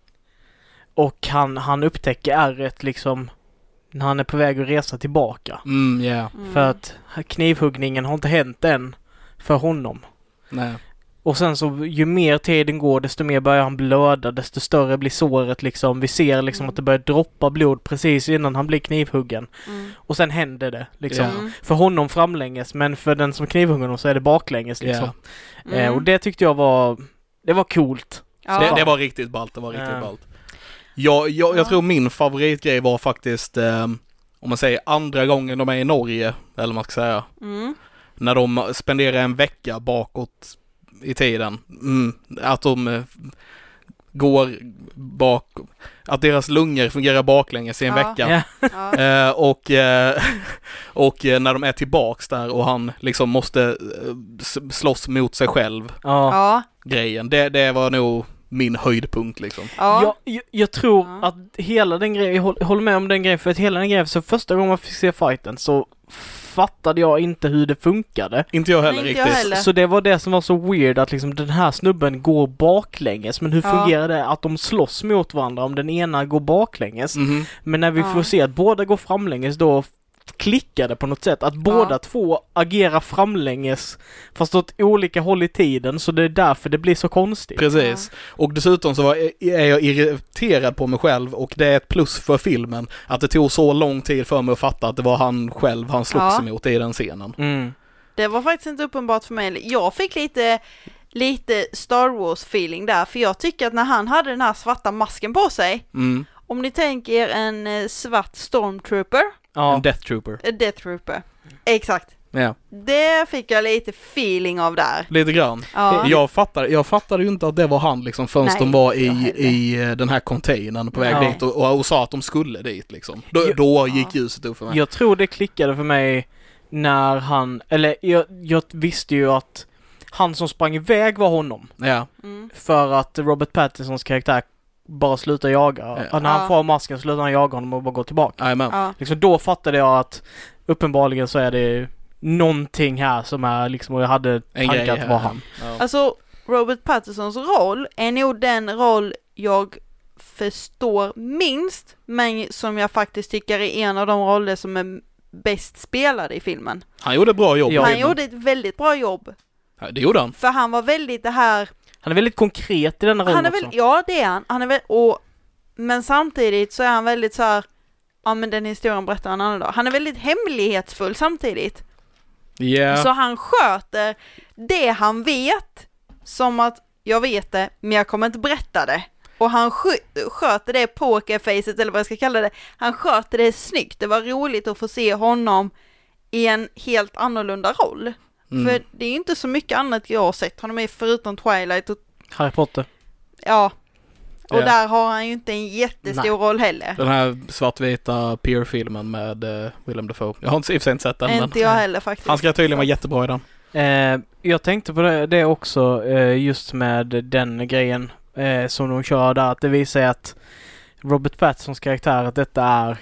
Och han, han upptäcker ärret liksom när han är på väg att resa tillbaka. Mm, yeah. mm. För att knivhuggningen har inte hänt än för honom. Nej. Och sen så ju mer tiden går, desto mer börjar han blöda, desto större blir såret liksom. Vi ser liksom mm. att det börjar droppa blod precis innan han blir knivhuggen. Mm. Och sen händer det liksom. Mm. För honom framlänges, men för den som knivhugger honom så är det baklänges liksom. Yeah. Eh, och det tyckte jag var, det var coolt. Ja. Det, det var riktigt ballt, det var riktigt ja. ballt. Jag, jag, jag ja. tror min favoritgrej var faktiskt, eh, om man säger andra gången de är i Norge, eller man ska säga. Mm. När de spenderar en vecka bakåt i tiden. Mm, att de eh, går bak, att deras lungor fungerar baklänges i en ja. vecka. Ja. eh, och, eh, och när de är tillbaks där och han liksom måste eh, slåss mot sig själv. Ja. Grejen. Det, det var nog min höjdpunkt liksom. Ja. Jag, jag, jag tror ja. att hela den grejen, jag håller, håller med om den grejen, för att hela den grejen, så första gången man fick se fighten så fattade jag inte hur det funkade. Inte jag heller Nej, riktigt. jag heller. Så det var det som var så weird, att liksom den här snubben går baklänges, men hur ja. fungerar det att de slåss mot varandra om den ena går baklänges? Mm-hmm. Men när vi ja. får se att båda går framlänges, då klickade på något sätt. Att ja. båda två agerar framlänges fast åt olika håll i tiden, så det är därför det blir så konstigt. Precis. Ja. Och dessutom så var, är jag irriterad på mig själv, och det är ett plus för filmen att det tog så lång tid för mig att fatta att det var han själv han slogs ja. emot i den scenen. Mm. Det var faktiskt inte uppenbart för mig. Jag fick lite lite Star Wars feeling där, för jag tycker att när han hade den här svarta masken på sig, mm. om ni tänker en svart stormtrooper, Ja. En Death Trooper. En Death Trooper. Exakt. Ja. Det fick jag lite feeling av där. Lite grann. Ja. Jag fattade, jag fattade ju inte att det var han liksom förrän Nej, de var inte jag i, heller. i den här containern på väg Ja. dit och, och, och sa att de skulle dit liksom. Då, Jag- då Ja. gick ljuset upp för mig. Jag tror det klickade för mig när han, eller jag, jag visste ju att han som sprang iväg var honom. Ja. Mm. För att Robert Pattinsons karaktär bara slutar jaga. Ja. När han Ja. får masken slutar han jaga honom och bara går tillbaka. Jajamän. Ja. Liksom då fattade jag att uppenbarligen så är det någonting här som är liksom, och jag hade En tankar grej att det här. var han. Ja. Alltså, Robert Pattinsons roll är nog den roll jag förstår minst, men som jag faktiskt tycker är en av de roller som är bäst spelade i filmen. Han gjorde bra jobb. Ja. i Han filmen. gjorde ett väldigt bra jobb, Ja, det gjorde han. för han var väldigt det här, Han är väldigt konkret i den rollen han är också. väl, ja det är han, han är väl, och, men samtidigt så är han väldigt så här, ja men den historien berättar en annan dag. Han är väldigt hemlighetsfull samtidigt. Ja. Så han sköter det han vet som att jag vet det, men jag kommer inte berätta det. Och han skö- sköter det pokerfacet, eller vad jag ska kalla det. Han sköter det snyggt. Det var roligt att få se honom i en helt annorlunda roll. Mm. För det är ju inte så mycket annat jag har sett honom i förutom Twilight och Harry Potter. ja. Och Ja. där har han ju inte en jättestor Nej. roll heller. Den här svartvita Peer-filmen med uh, Willem Dafoe. Jag har inte, i och för sig inte sett den, men Inte jag heller faktiskt. han ska tydligen vara jättebra i den. Eh, jag tänkte på det, det också eh, just med den grejen eh, som de kör där, att det visar att Robert Pattinsons karaktär, att detta är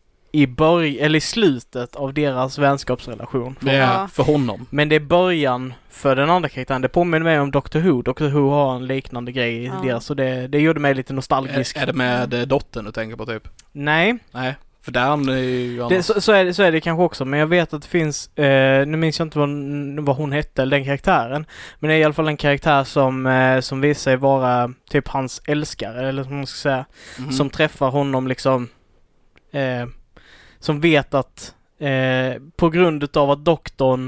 i början, eller i slutet av deras vänskapsrelation. Det är Ja. för honom. Men det är början för den andra karaktären. Det påminner mig om Doctor Who. Doctor Who har en liknande grej i Ja. deras, så det, det gjorde mig lite nostalgisk. Är, är det med eh, dottern du tänker på typ? Nej, Nej, för den är ju det, annars... så, så, är det, så är det kanske också, men jag vet att det finns, eh, nu minns jag inte vad, vad hon hette, eller den karaktären, men det är i alla fall en karaktär som, eh, som visar sig vara typ hans älskare, eller som man ska säga, Mhm. som träffar honom liksom, eh, som vet att eh, på grund utav att doktorn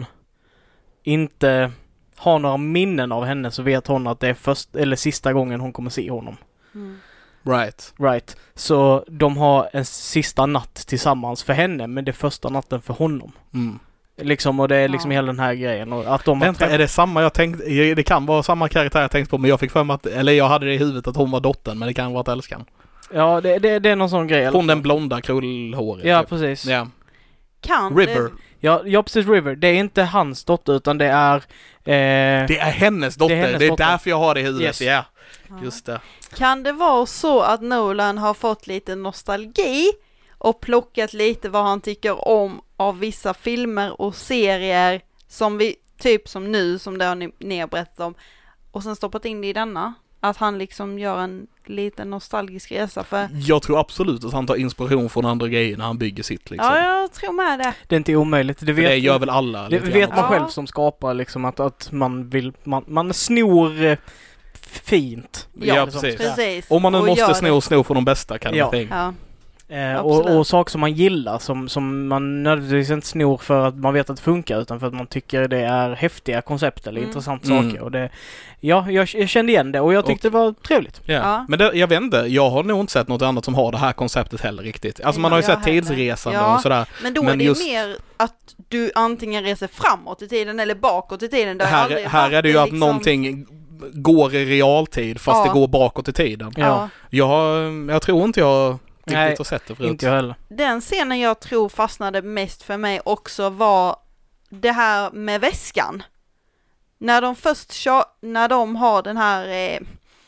inte har några minnen av henne, så vet hon att det är först, eller sista gången hon kommer se honom. Mm. Right. Right. Så de har en sista natt tillsammans för henne, men det är första natten för honom. Mm. Liksom, och det är liksom Ja. hela den här grejen. Och att de har Vänta, träff- är det samma jag tänkte? Det kan vara samma karaktär jag tänkte på, men jag fick för mig att, eller jag hade det i huvudet att hon var dottern, men det kan vara att älskan. Ja, det, det, det är någon sån grej. i alla Hon fall. den blonda krullhåriga. Ja, typ. precis. Ja. Kan River. det, Ja, ja, precis, River. Det är inte hans dotter, utan det är... Eh, Det är hennes dotter, det är, hennes dotter. därför jag har det i huvudet. Yes. Ja, ja. just det. Kan det vara så att Nolan har fått lite nostalgi och plockat lite vad han tycker om av vissa filmer och serier som vi, typ som nu, som det har ni, ni har berättat om, och sen stoppat in det i denna? Att han liksom gör en liten nostalgisk resa för... Jag tror absolut att han tar inspiration från andra grejer när han bygger sitt liksom. Ja, jag tror med det. det är inte omöjligt. Det För vet, det gör väl alla det lite vet grann. man Ja. själv som skapar, liksom, att, att man vill... Man, man snor eh, fint. Ja, liksom. precis. Precis. Om man nu Och måste gör sno, sno från de bästa kan Ja. det vara Ja. Eh, Absolut. och, och saker som man gillar, som, som man nödvändigtvis inte snor för att man vet att det funkar, utan för att man tycker det är häftiga koncept eller Mm. intressanta Mm. saker. Och det, ja, jag, jag kände igen det och jag tyckte det var trevligt. Ja. Ja. Men det, jag vet inte, jag har nog inte sett något annat som har det här konceptet heller riktigt. Alltså man har ju Ja, jag sett heller. tidsresande Ja. och sådär. Men då Men är det just- mer att du antingen reser framåt i tiden eller bakåt i tiden. Det har Här, aldrig här varit är det ju att liksom- någonting går i realtid fast Ja. det går bakåt i tiden. Ja. Ja. Jag, har- jag tror inte jag riktigt Nej, har sett det förut. Inte jag heller. Den scenen jag tror fastnade mest för mig också var det här med väskan. När de först kör, när de har den här eh,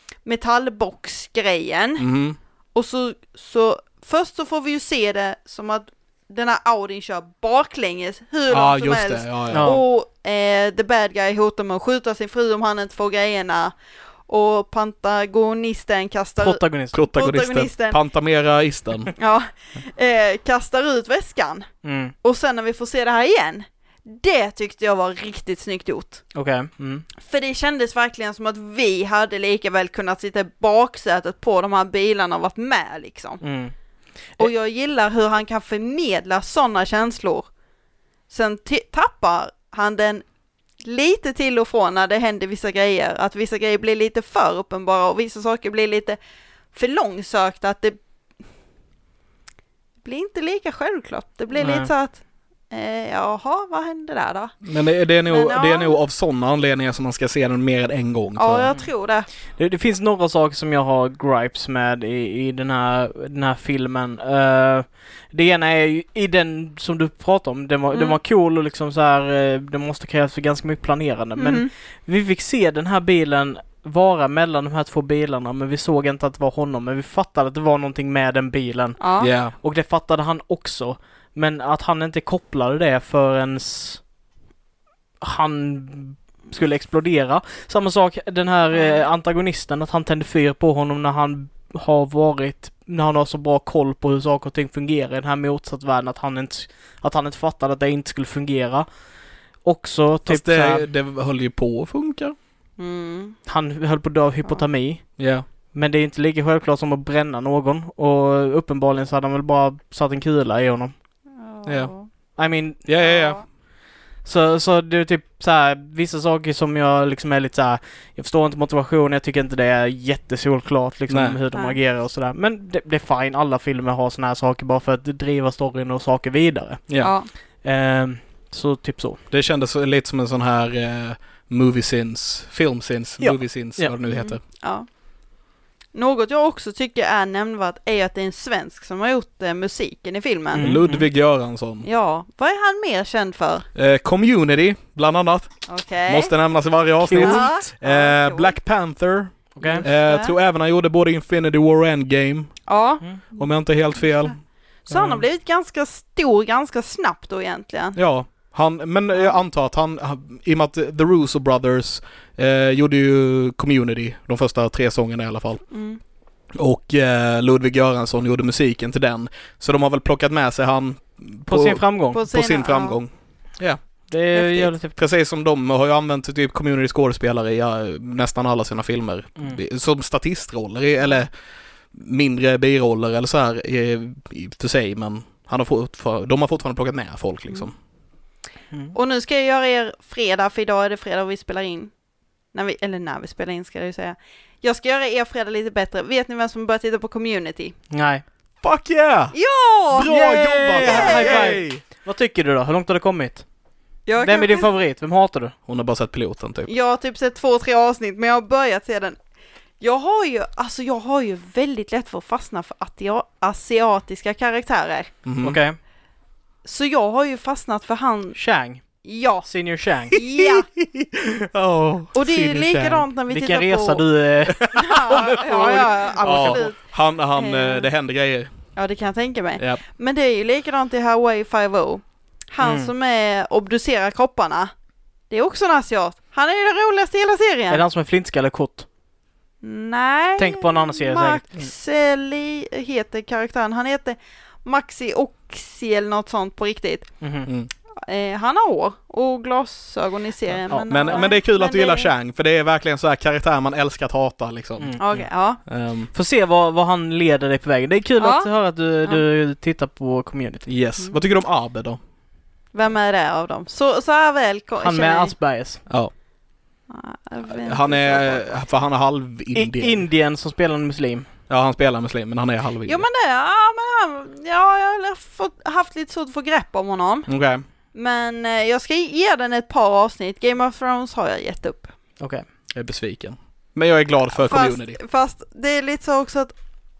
metallboxgrejen Mhm. och så, så först så får vi ju se det som att den här Audin kör baklänges hur Ja, långt som just helst. det. Ja, ja. Ja. Och eh, the bad guy hotar med att skjuta sin fru om han inte får grejerna. Och pantagonisten kastar Protagonist. Protagonisten. protagonisten. Pantameraisten. ja, eh, kastar ut väskan. Mm. Och sen när vi får se det här igen, det tyckte jag var riktigt snyggt gjort. Okej. Mm. För det kändes verkligen som att vi hade lika väl kunnat sitta i baksätet på de här bilarna och varit med liksom. Mm. Och jag gillar hur han kan förmedla sådana känslor. Sen t- tappar han den lite till och från när det händer vissa grejer. Att vissa grejer blir lite för uppenbara och vissa saker blir lite för långsökta. Att det blir inte lika självklart. Det blir Nej. lite så att Eh, jaha, vad hände där då? Men det, det, är, nog, Men, ja. det är nog av sådana anledningar som man ska se den mer än en gång. Ja, tror jag. jag tror det. Det, det finns några saker som jag har gripes med i, i den, här, den här filmen. Uh, det ena är ju i den som du pratade om. Den var, Mm. den var cool och liksom så här, uh, det måste krävas för ganska mycket planerande. Mm. Men vi fick se den här bilen vara mellan de här två bilarna, men vi såg inte att det var honom. Men vi fattade att det var någonting med den bilen. Ja. Yeah. Och det fattade han också. Men att han inte kopplade det förrän han skulle explodera. Samma sak, den här eh, antagonisten, att han tände fyr på honom när han har varit, när han har så bra koll på hur saker och ting fungerar i den här motsatt världen, att han inte, att han inte fattade att det inte skulle fungera. Också typ Fast det, såhär, det höll ju på att funka. Mm. han höll på att dö av hypotermi. Ja. Yeah. Men det är inte lika självklart som att bränna någon. Och uppenbarligen så hade han väl bara satt en kula i honom. Ja. I mean, Ja, ja, ja. Så, så det är typ så här, vissa saker som jag liksom är lite så här, jag förstår inte motivation, jag tycker inte det är jättesolklart liksom Nej. hur de Nej. agerar och sådär. Men det, det är fine, alla filmer har såna här saker bara för att driva storyn och saker vidare. Ja. Ja. Ehm, så typ så. Det kändes lite som en sån här eh, movie scenes, film scenes, Ja. movie scenes, Ja. vad det nu heter. Mm. Ja. Något jag också tycker är nämnvärt är att det är en svensk som har gjort eh, musiken i filmen. Mm. Ludvig Göransson. Ja, vad är han mer känd för? Eh, Community, bland annat. Okej. Måste nämnas i varje avsnitt. Ja. Eh, Ja, Black Panther. Okej? Mm. Eh, jag tror även han gjorde både Infinity War och Endgame. Ja, Mm. Om jag inte är helt fel. så han har Mm. blivit ganska stor ganska snabbt då egentligen. Ja, han, men jag antar att han, han- i och med att The Russo Brothers eh, gjorde ju Community, de första tre sångerna i alla fall. Mm. Och eh, Ludvig Göransson gjorde musiken till den. Så de har väl plockat med sig han På, sin framgång. På på sina- sin framgång. Det är Häftigt. jävligt typ. Precis som de har ju använt typ community skådespelare i ja, nästan alla sina filmer. Mm. Som statistroller i, eller mindre biroller eller så här i, i för sig, men han har fått, de har fortfarande plockat med folk liksom. Mm. Och nu ska jag göra er fredag, för idag är det fredag och vi spelar in. När vi, eller när vi spelar in ska jag ju säga. Jag ska göra er fredag lite bättre. Vet ni vem som börjar titta på Community? Nej. Fuck yeah! Ja! Bra Yay! jobbat! High five! Yay! Vad tycker du då? Hur långt har det kommit? Jag Vem är din kanske- favorit? Vem hatar du? Hon har bara sett piloten typ. Jag har typ sett två, tre avsnitt, men jag har börjat se den. Jag har ju, alltså jag har ju väldigt lätt för att fastna för atia- asiatiska karaktärer. Mhm. Okej. Så jag har ju fastnat för han, Chang. ja. Senior Chang. Ja, Oh, och det är ju Senior likadant när vi Vilken tittar resa på... du är. Ja, ja, ja, absolut. han, han, Eh. eh, det händer grejer. Ja, det kan jag tänka mig. Ja. Men det är ju likadant i Hawaii five-O. Han Mm. som är obducerar kropparna. Det är också en asiat. Han är ju den roligaste i hela serien. Är det han som är flintskallig kort? Nej. Tänk på en annan serie säkert. Maxeli heter karaktären. Han heter Maxi Oxi eller något sånt på riktigt. Mhm. Mm. Eh, han har hår och glasögon i serien. Ja, Men, ja, men det är kul att du men gillar det- Chang, för det är verkligen så här karaktär man älskar att hata liksom. Mm. Okej, ja. Ehm, Får se vad, vad han leder dig på vägen. Det är kul Ja. att höra att du, Ja. du tittar på Community. yes. Mm. Vad tycker du om Abe då? Vem är det av dem? Så, så här väl ko- Han känner med jag- Aspergers. Ja. Ja, jag vet inte Han så är, bra. för han är I, halv-indier. Indien som spelar en muslim. Ja, han spelar muslim, men han är halv-indier. Jo men det, ja men han, ja, jag har fått, haft lite svårt att få grepp om honom. Okej. Men eh, jag ska ge den ett par avsnitt. Game of Thrones har jag gett upp. Okej. Jag är besviken. Men jag är glad för community. Fast, fast det är lite så också att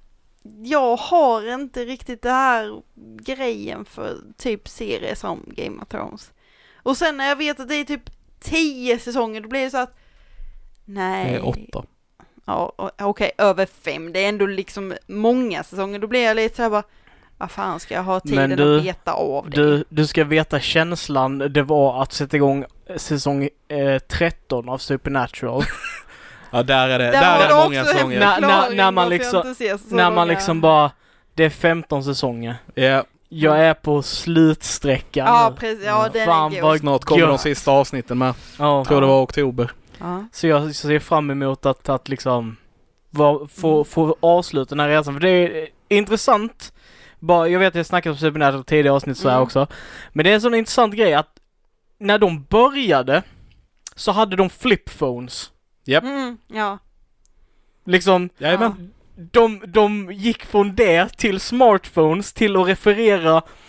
jag har inte riktigt det här grejen för typ serier som Game of Thrones. Och sen när jag vet att det är typ tio säsonger, då blir det så att nej. Det är åtta. Ja, o- okej, över fem. Det är ändå liksom många säsonger. Då blir jag lite så här bara, vad fan ska jag ha tiden Men du- att beta av det? Du, du ska veta känslan det var att sätta igång säsong eh, tretton av Supernatural. Ja, där är det. Där Där, har är du det också många en säsonger. När- när- förklaring när man varför jag liksom- inte ser så När man många. liksom bara, det är femton säsonger. Ja, Jag är på slutsträckan Ja, nu. precis. Ja, den Fan, är vad god. snart kommer de gött. sista avsnitten med. Ja. Jag tror det var oktober. Ja. Så jag ser fram emot att, att liksom var, få, få avsluta den här resan. För det är intressant. Bara, jag vet att jag snackat om Supernatural tidigare avsnitt så här Mm. också. Men det är en sån intressant grej att när de började så hade de flipphones. Japp. Mm, ja. Liksom, Jajamän. de, de gick från det till smartphones till att referera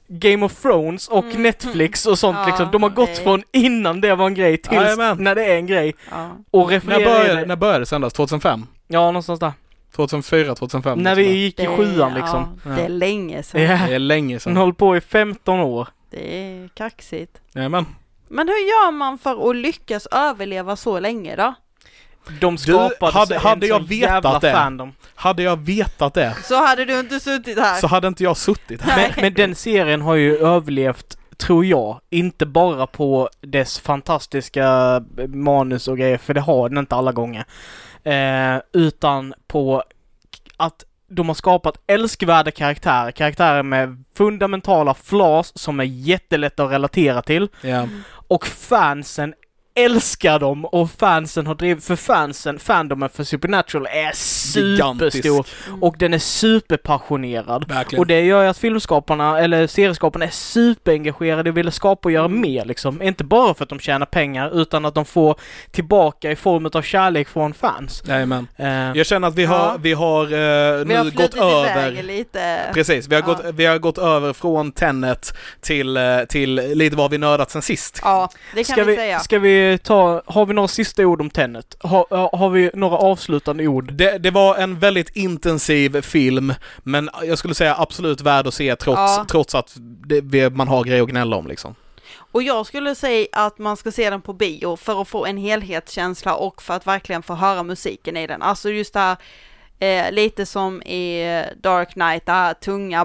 Game of Thrones och Mm. Netflix och sånt Ja, liksom. De har gått det- från innan det var en grej till Jajamän. när det är en grej. Ja. Och När refererar började, det. när började det sändas? tjugohundrafem? Ja, någonstans där. tjugohundrafyra, tjugohundrafem? När vi gick i Det- sjuan liksom. Ja, det är länge sedan. Ja. Det är länge Den sedan. håller på i femton år. Det är kaxigt. Jajamän. Men hur gör man för att lyckas överleva så länge då? De skapade hade- sig hade en jag sån vetat jävla det? fandom. Hade jag vetat det Så hade du inte suttit här. så hade inte jag suttit här. Men, men den serien har ju överlevt, tror jag, inte bara på dess fantastiska manus och grejer, för det har den inte alla gånger. Eh, utan på att de har skapat älskvärda karaktärer. Karaktärer med fundamentala flaws som är jättelätta att relatera till. Ja. Och fansen älskar dem och fansen har drivit, för fansen, fandomen för Supernatural är superstor Gigantisk. och den är superpassionerad. Verkligen. Och det gör ju att filmskaparna, eller serieskaparna är superengagerade och vill skapa och göra Mm. mer liksom. Inte bara för att de tjänar pengar utan att de får tillbaka i form av kärlek från fans. Jajamän. Eh, Jag känner att vi har, Ja. vi har eh, Vi har nu gått flutit iväg över. lite. Precis, vi har, Ja. gått, vi har gått över från Tenet till, eh, till lite vad vi nördat sen sist. Ja, det kan ska vi, vi, säga. ska vi ta, har vi några sista ord om Tenet? Har, har vi några avslutande ord? Det, det var en väldigt intensiv film, men jag skulle säga absolut värd att se trots, Ja. trots att det, vi- man har grejer att gnälla om liksom. Och jag skulle säga att man ska se den på bio för att få en helhetskänsla och för att verkligen få höra musiken i den. Alltså just det här, eh, lite som i Dark Knight, det här tunga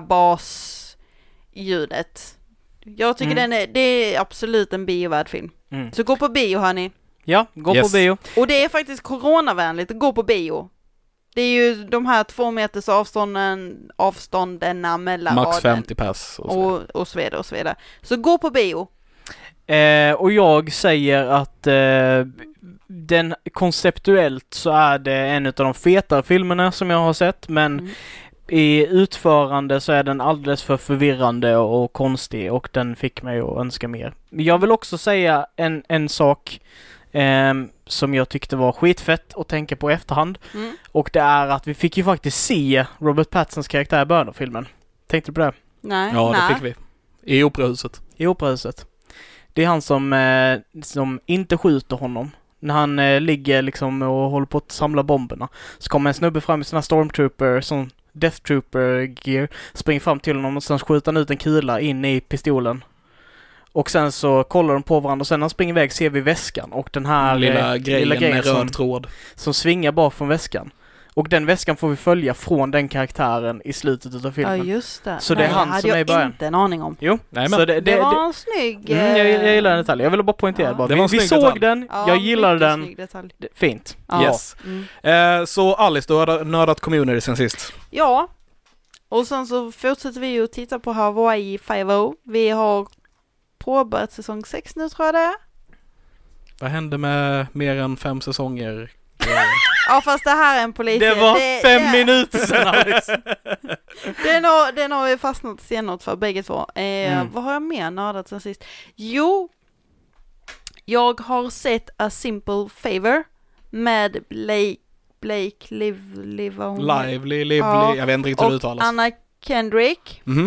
basljudet. Jag tycker Mm. den är, det är absolut en biovärd film. Mm. Så gå på bio hörni. Ja, gå Yes. på bio. Och det är faktiskt coronavänligt att gå på bio. Det är ju de här två meters avstånden, avstånderna mellan Max raden femtio pass. Och så. och, och så vidare och så vidare. Så gå på bio. Eh, och jag säger att eh, den konceptuellt så är det en av de fetare filmerna som jag har sett, men Mm. i utförande så är den alldeles för förvirrande och konstig och den fick mig att önska mer. Jag vill också säga en, en sak eh, som jag tyckte var skitfett att tänka på i efterhand, Mm. och det är att vi fick ju faktiskt se Robert Pattinsons karaktär i början av filmen. Tänkte du på det? Nej, Ja, nej. det fick vi. I operahuset. I operahuset. Det är han som, eh, som inte skjuter honom. När han eh, ligger liksom och håller på att samla bomberna. Så kommer en snubbe fram med sina stormtrooper, som Death Trooper gear, springer fram till honom och sen skjuter han ut en kula in i pistolen. Och sen så kollar de på varandra och sen när han springer iväg ser vi väskan och den här Lilla eh, grejen, med som, röd tråd. som svingar bak från väskan. Och den väskan får vi följa från den karaktären i slutet av Ja, filmen. just det. Så det är Nej, han hade som är i jag början. inte en aning om. Jo, Nej, så men- det, Det, det, var det, en snygg... mm, jag, jag gillar den eh, detaljen. Jag ville bara poängtera Ja. bara. Det var Vi, en vi snygg såg detalj. den, Ja, jag gillade mycket den. snygg detalj. Det- Fint. Ja. Yes. Mm. Eh, så Alice, du har nördat Community sen sist. Ja, och sen så fortsätter vi ju att titta på Hawaii Five-O. Vi har påbörjat säsong sex nu tror jag det är. Vad hände med mer än fem säsonger? Ja, fast det här är en polis. Det var fem minuter sedan, Alice. Den har, den har vi fastnat stenhårt för bägge två. Eh, Mm. Vad har jag mer nördat sen sist? Jo, jag har sett A Simple Favor med Blake, Blake Liv, Liv, Lively, Lively, Ja, jag vet inte riktigt hur det och uttalas. Anna Kendrick. Mhm.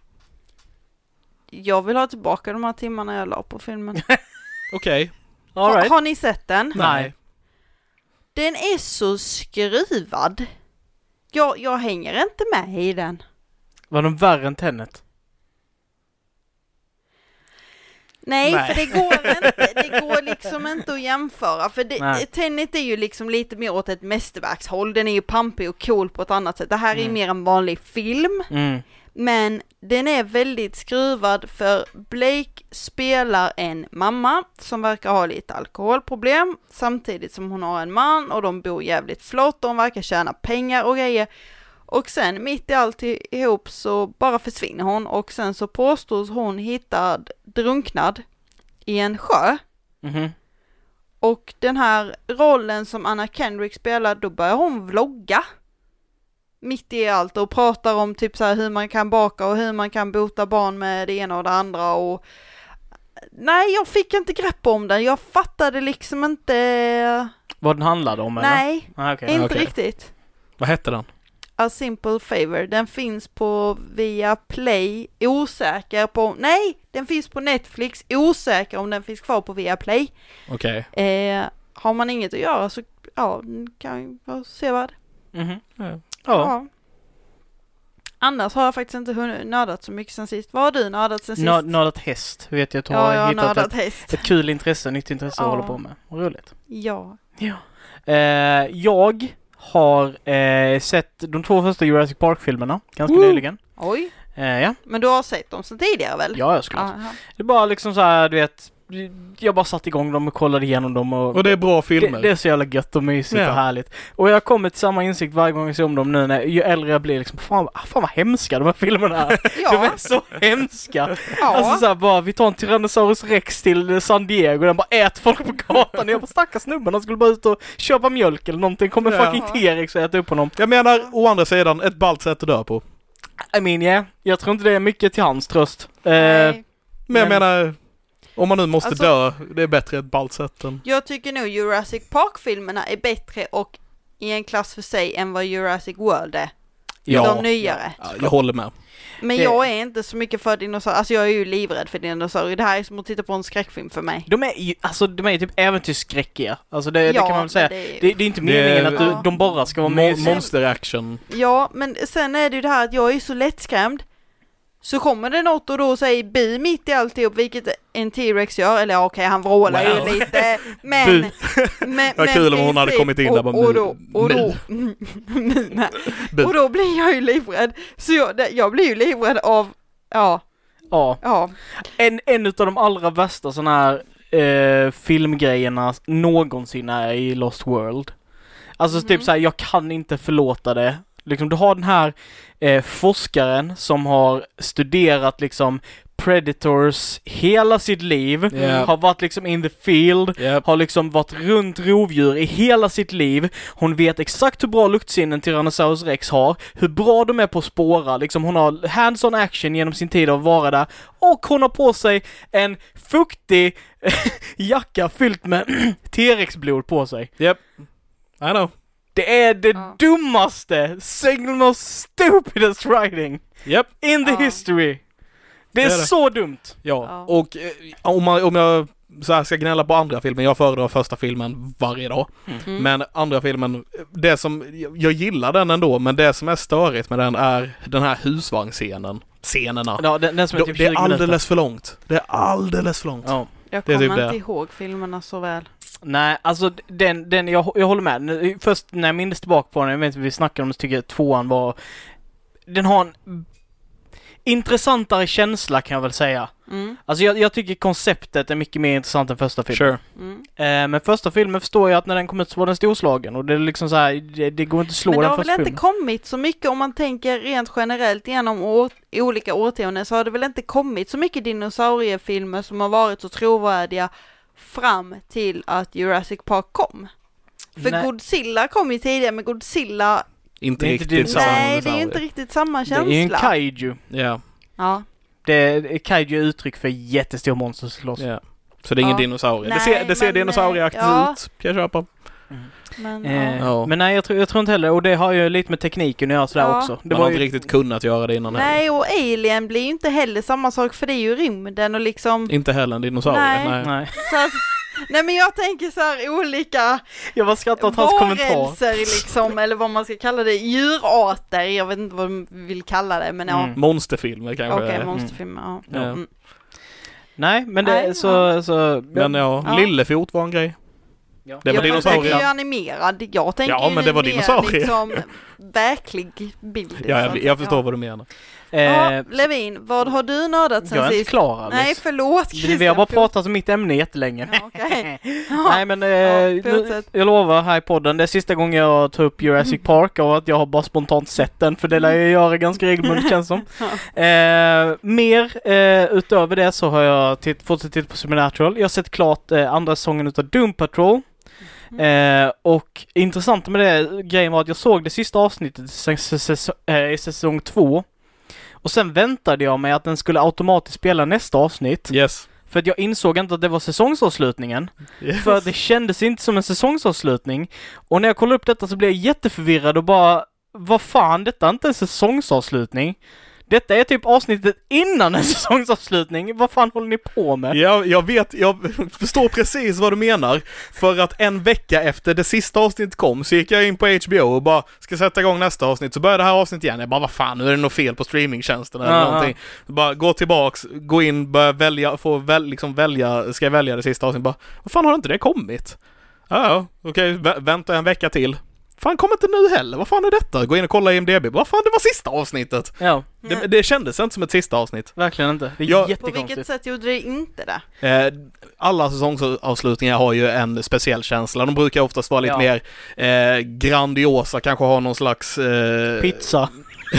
Jag vill ha tillbaka de här timmarna jag la på filmen. Okej. All ha, right. har ni sett den? Nej. Den är så skruvad. Jag, jag hänger inte med i den. Var de värre än Tenet? Nej, Nej. för det går inte, det går liksom inte att jämföra. För det, Nej. Tenet är ju liksom lite mer åt ett mästerverkshåll. Den är ju pampig och cool på ett annat sätt. Det här är ju Mm. mer en vanlig film. Mm. Men den är väldigt skruvad för Blake spelar en mamma som verkar ha lite alkoholproblem samtidigt som hon har en man och de bor jävligt flott och hon verkar tjäna pengar och grejer. Och sen mitt i allt ihop så bara försvinner hon och sen så påstås hon hittad drunknad i en sjö. Mhm. Och den här rollen som Anna Kendrick spelar, då börjar hon vlogga mitt i allt och pratar om typ så här hur man kan baka och hur man kan bota barn med det ena och det andra och nej, jag fick inte grepp om den. Jag fattade liksom inte. Vad den handlade om eller? Nej, Ah, okej. inte okej. riktigt. Vad hette den? A Simple Favor. Den finns på Viaplay. Osäker på... Nej! Den finns på Netflix. Osäker om den finns kvar på Viaplay. Okej. Okay. Eh, har man inget att göra så ja, kan jag se vad. Mm-hmm. Ja. Ja. ja. Annars har jag faktiskt inte hunnit nördat så mycket sen sist. Vad har du nördat sen sist? Nörd, nördat häst, vet jag att du ja, har jag har hittat ett, häst. ett kul intresse, nytt intresse ja. att hålla på med. Vad roligt. Ja. ja. Eh, jag har eh, sett de två första Jurassic Park-filmerna ganska Woo! nyligen. Oj. Eh, ja. Men du har sett dem sen tidigare väl? Ja, jag skulle. Det är bara liksom så här, du vet, jag bara satt igång dem och kollade igenom dem. Och, och det är bra filmer. Det, det är så jävla gött och mysigt ja. och härligt. Och jag kommer till samma insikt varje gång jag ser om dem nu när ju äldre jag blir liksom, fan, fan vad hemska de här filmerna är. ja. De är så hemska. ja. Alltså såhär bara, vi tar en Tyrannosaurus Rex till San Diego och den bara äter folk på gatan. Jag bara, stackars snubben, han skulle bara ut och köpa mjölk eller någonting. Kommer ja. fucking T-Rex och äta upp honom. Jag menar, å andra sidan, ett ballt sätt att dö på. I mean, yeah. Jag tror inte det är mycket till hans tröst. Nej. Eh, men, men jag menar... Om man nu måste alltså, dö, det är bättre ett ballt sätt än... Jag tycker nog Jurassic Park-filmerna är bättre och i en klass för sig än vad Jurassic World är. Ja, de nyare. Ja, jag håller med. Men jag är inte så mycket för dinosaurier. Alltså jag är ju livrädd för dinosaurier. Det här är som att titta på en skräckfilm för mig. De är ju, alltså de är ju typ äventyrsskräckiga. Alltså det, ja, det kan man väl säga. Det är, det, det är inte meningen det, att du, ja. de bara ska vara med. Monster action. Ja, men sen är det ju det här att jag är så lättskrämd. Så kommer det något och då säger bi mitt i alltihop, vilket en T-Rex gör. Eller okej, okay, han vrålar wow. ju lite. Men... men vad kul om hon hade kommit in och, där bara och då, och då, och då blir jag ju livrädd. Så jag, jag blir ju livrädd av... Ja. Ja. ja. En, en av de allra värsta sådana här eh, filmgrejerna någonsin är i Lost World. Alltså mm. typ såhär, jag kan inte förlåta det. Liksom, du har den här eh, forskaren som har studerat liksom predators hela sitt liv, yeah. har varit liksom in the field, yep. har liksom varit runt rovdjur i hela sitt liv. Hon vet exakt hur bra luktsinnen Tyrannosaurus Rex har, hur bra de är på att spåra, liksom hon har hands-on action genom sin tid att vara där, och hon har på sig en fuktig jacka fyllt med T-Rex-blod på sig. Yep. I know. Det är det ja. dummaste, single most stupidest writing yep. in the ja. history. Det är, det är det. Så dumt. Ja, ja. och eh, om, man, om jag så här ska gnälla på andra filmen, jag föredrar första filmen varje dag. Mm. Men andra filmen, det som, jag gillar den ändå, men det som är störigt med den är den här husvagnsscenen. Scenerna. Ja, den, den som är typ det är alldeles minuter. för långt. Det är alldeles för långt. Ja. Jag kommer typ inte det. ihåg filmerna så väl. Nej, alltså den, den jag, jag håller med. Först när jag minns tillbaka på den, jag vet inte, vi snackade om det, tycker jag tvåan var... Den har en intressantare känsla, kan jag väl säga. Mm. Alltså jag, jag tycker konceptet är mycket mer intressant än första filmen. Sure. Mm. Eh, men första filmen förstår jag att när den kom ut så var den storslagen. Och det är liksom så här, det, det går inte att slå den första filmen. Men det har väl inte filmen. kommit så mycket, om man tänker rent generellt genom år, olika årtionden, så har det väl inte kommit så mycket dinosauriefilmer som har varit så trovärdiga fram till att Jurassic Park kom. För Nej. Godzilla kom ju tidigare, men Godzilla... Inte det riktigt inte samma. Nej, det är ju inte riktigt samma känsla. Det är ju en kaiju. Ja. Ja. Det är, kaiju är uttryck för jättestor monster slåss. Ja. Så det är ingen ja. dinosaurie. Nej, det ser, det ser men, dinosaurieaktigt ja. ut. Kan jag köpa. Mm. Men, eh, ja. men nej, jag tror, jag tror inte heller. Och det har ju lite med tekniken att göra sådär ja. också. Det Man var har ju... inte riktigt kunnat göra det innan. Nej, heller. och Alien blir ju inte heller samma sak, för det är ju rymden och liksom... Inte heller en dinosaurie. Nej. Nej. nej. Så att, nej, men jag tänker så här olika Jag var skrattat åt hans kommentar. varelser liksom, eller vad man ska kalla det, djurarter, jag vet inte vad de vill kalla det, men ja. Mm. Monsterfilmer kanske. Okej, okay, monsterfilmer, ja. Ja. Mm. Nej, men det Nej, så, ja. så... Men ja, Ja. Lillefot var en grej. Ja. Det var Jag dinosaurier. tänker ju animerad, jag tänker Ja, ju men det var mer dinosaurier. liksom verklig bild. Ja, jag, jag förstår ja. vad du menar. Eh, Ja, Levin, vad har du nördat sen jag är inte sist? klar, Alice. Nej, förlåt Christian. Vi har bara pratat om mitt ämne jättelänge. Ja, okej. Nej, men eh, Ja, nu, fortsätt. jag lovar här i podden, det är sista gången jag tar upp Jurassic Park och att jag har bara spontant sett den, för det lär jag göra ganska regelbundet, känns som. Eh, mer eh, utöver det så har jag titt, fortsatt titta på Supernatural. Jag har sett klart eh, andra säsongen utav Doom Patrol. Eh, och intressant med det grejen var att jag såg det sista avsnittet i säsong, äh, i säsong två. Och sen väntade jag mig att den skulle automatiskt spela nästa avsnitt. Yes. För att jag insåg inte att det var säsongsavslutningen. yes. För att det kändes inte som en säsongsavslutning. Och när jag kollade upp detta så blev jag jätteförvirrad och bara... vad fan, detta är inte en säsongsavslutning. Detta är typ avsnittet innan en säsongsavslutning. Vad fan håller ni på med? Ja, jag vet, jag förstår precis vad du menar. För att en vecka efter det sista avsnittet kom så gick jag in på H B O och bara ska sätta igång nästa avsnitt. Så började det här avsnittet igen. Jag bara, vad fan, nu är det något fel på streamingtjänsten eller Aha. någonting. Bara gå tillbaks, gå in, börja välja, få väl, liksom välja, ska jag välja det sista avsnittet. Bara, vad fan har inte det kommit? Ja, ja, okej, vä- vänta en vecka till. Fan, kommer inte nu heller. Vad fan är detta? Gå in och kolla i I M D B. Vad fan, det var sista avsnittet. Ja. Det, det kändes inte som ett sista avsnitt. Verkligen inte. Det är Jag- På jättekonstigt. vilket sätt gjorde det inte det? Eh, alla säsongsavslutningar har ju en speciell känsla. De brukar oftast vara lite Ja. mer eh, grandiosa, kanske ha någon slags... Eh, Pizza.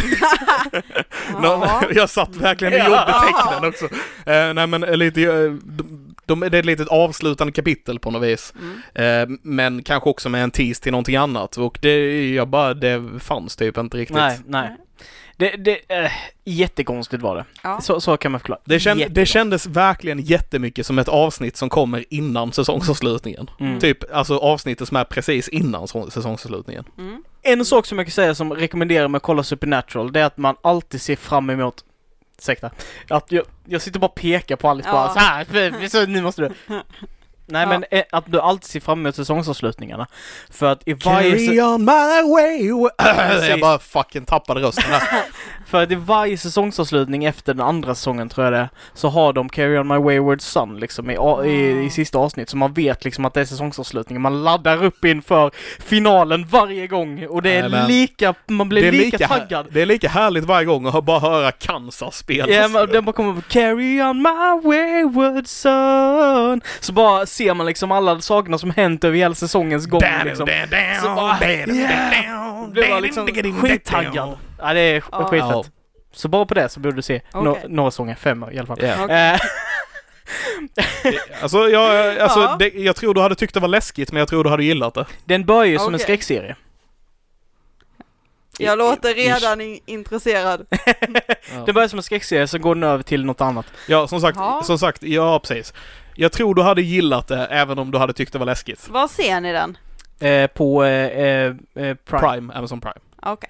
nå- Ja. jag satt verkligen och Ja. gjorde tecknen också. Eh, nej men lite... Eh, de, de, det är ett litet avslutande kapitel på något vis. Mm. Eh, men kanske också med en tease till någonting annat. Och det, jag bara, det fanns typ inte riktigt. Nej, nej. Det, det, äh, jättekonstigt var det. Ja. Så, så kan man förklara. Det, känd, det Jättekonstigt. kändes verkligen jättemycket som ett avsnitt som kommer innan säsongsavslutningen. Mm. Typ, alltså avsnittet som är precis innan så- säsongsavslutningen. Mm. En sak som jag kan säga som rekommenderar mig att kolla Supernatural, det är att man alltid ser fram emot... Ursäkta. Att jag, jag sitter bara och pekar på Alice Ja. bara så här, för, så nu måste du... Nej Ja. men eh, att du alltid ser fram emot säsongsavslutningarna. För att i varje... Carry on my way. Precis. Jag bara fucking tappade rösten där. För att i varje säsongsavslutning efter den andra säsongen tror jag det är, så har de Carry on my wayward son liksom i, a- i, i sista avsnitt, så man vet liksom att det är säsongsavslutningen. Man laddar upp inför finalen varje gång och det är Jajamän. lika, man blir Det är lika, lika, taggad. det är lika härligt varje gång att bara höra Kansas spelas. Ja, men den bara kommer på Carry on my wayward son. Så bara ser man liksom alla sakerna som hänt över hela säsongens gång liksom. Så bara, yeah. Blir man liksom skittaggad. Ja, det är Ja. skitfett. Ja. Så bara på det så borde du se no- Okej. några säsonger, fem i alla fall. Ja. Okej. Eh, Alltså, jag, alltså Ja. det, jag tror du hade tyckt det var läskigt, men jag tror du hade gillat det. Den börjar ju som en Okej. skräckserie. Jag låter redan in- intresserad. Den börjar som en skräckserie, så går den över till något annat. Ja, som sagt, Ja. som sagt, ja precis. Jag tror du hade gillat det, även om du hade tyckt det var läskigt. Var ser ni den? Eh, på eh, eh, eh, Prime. Prime, Amazon Prime. Okej.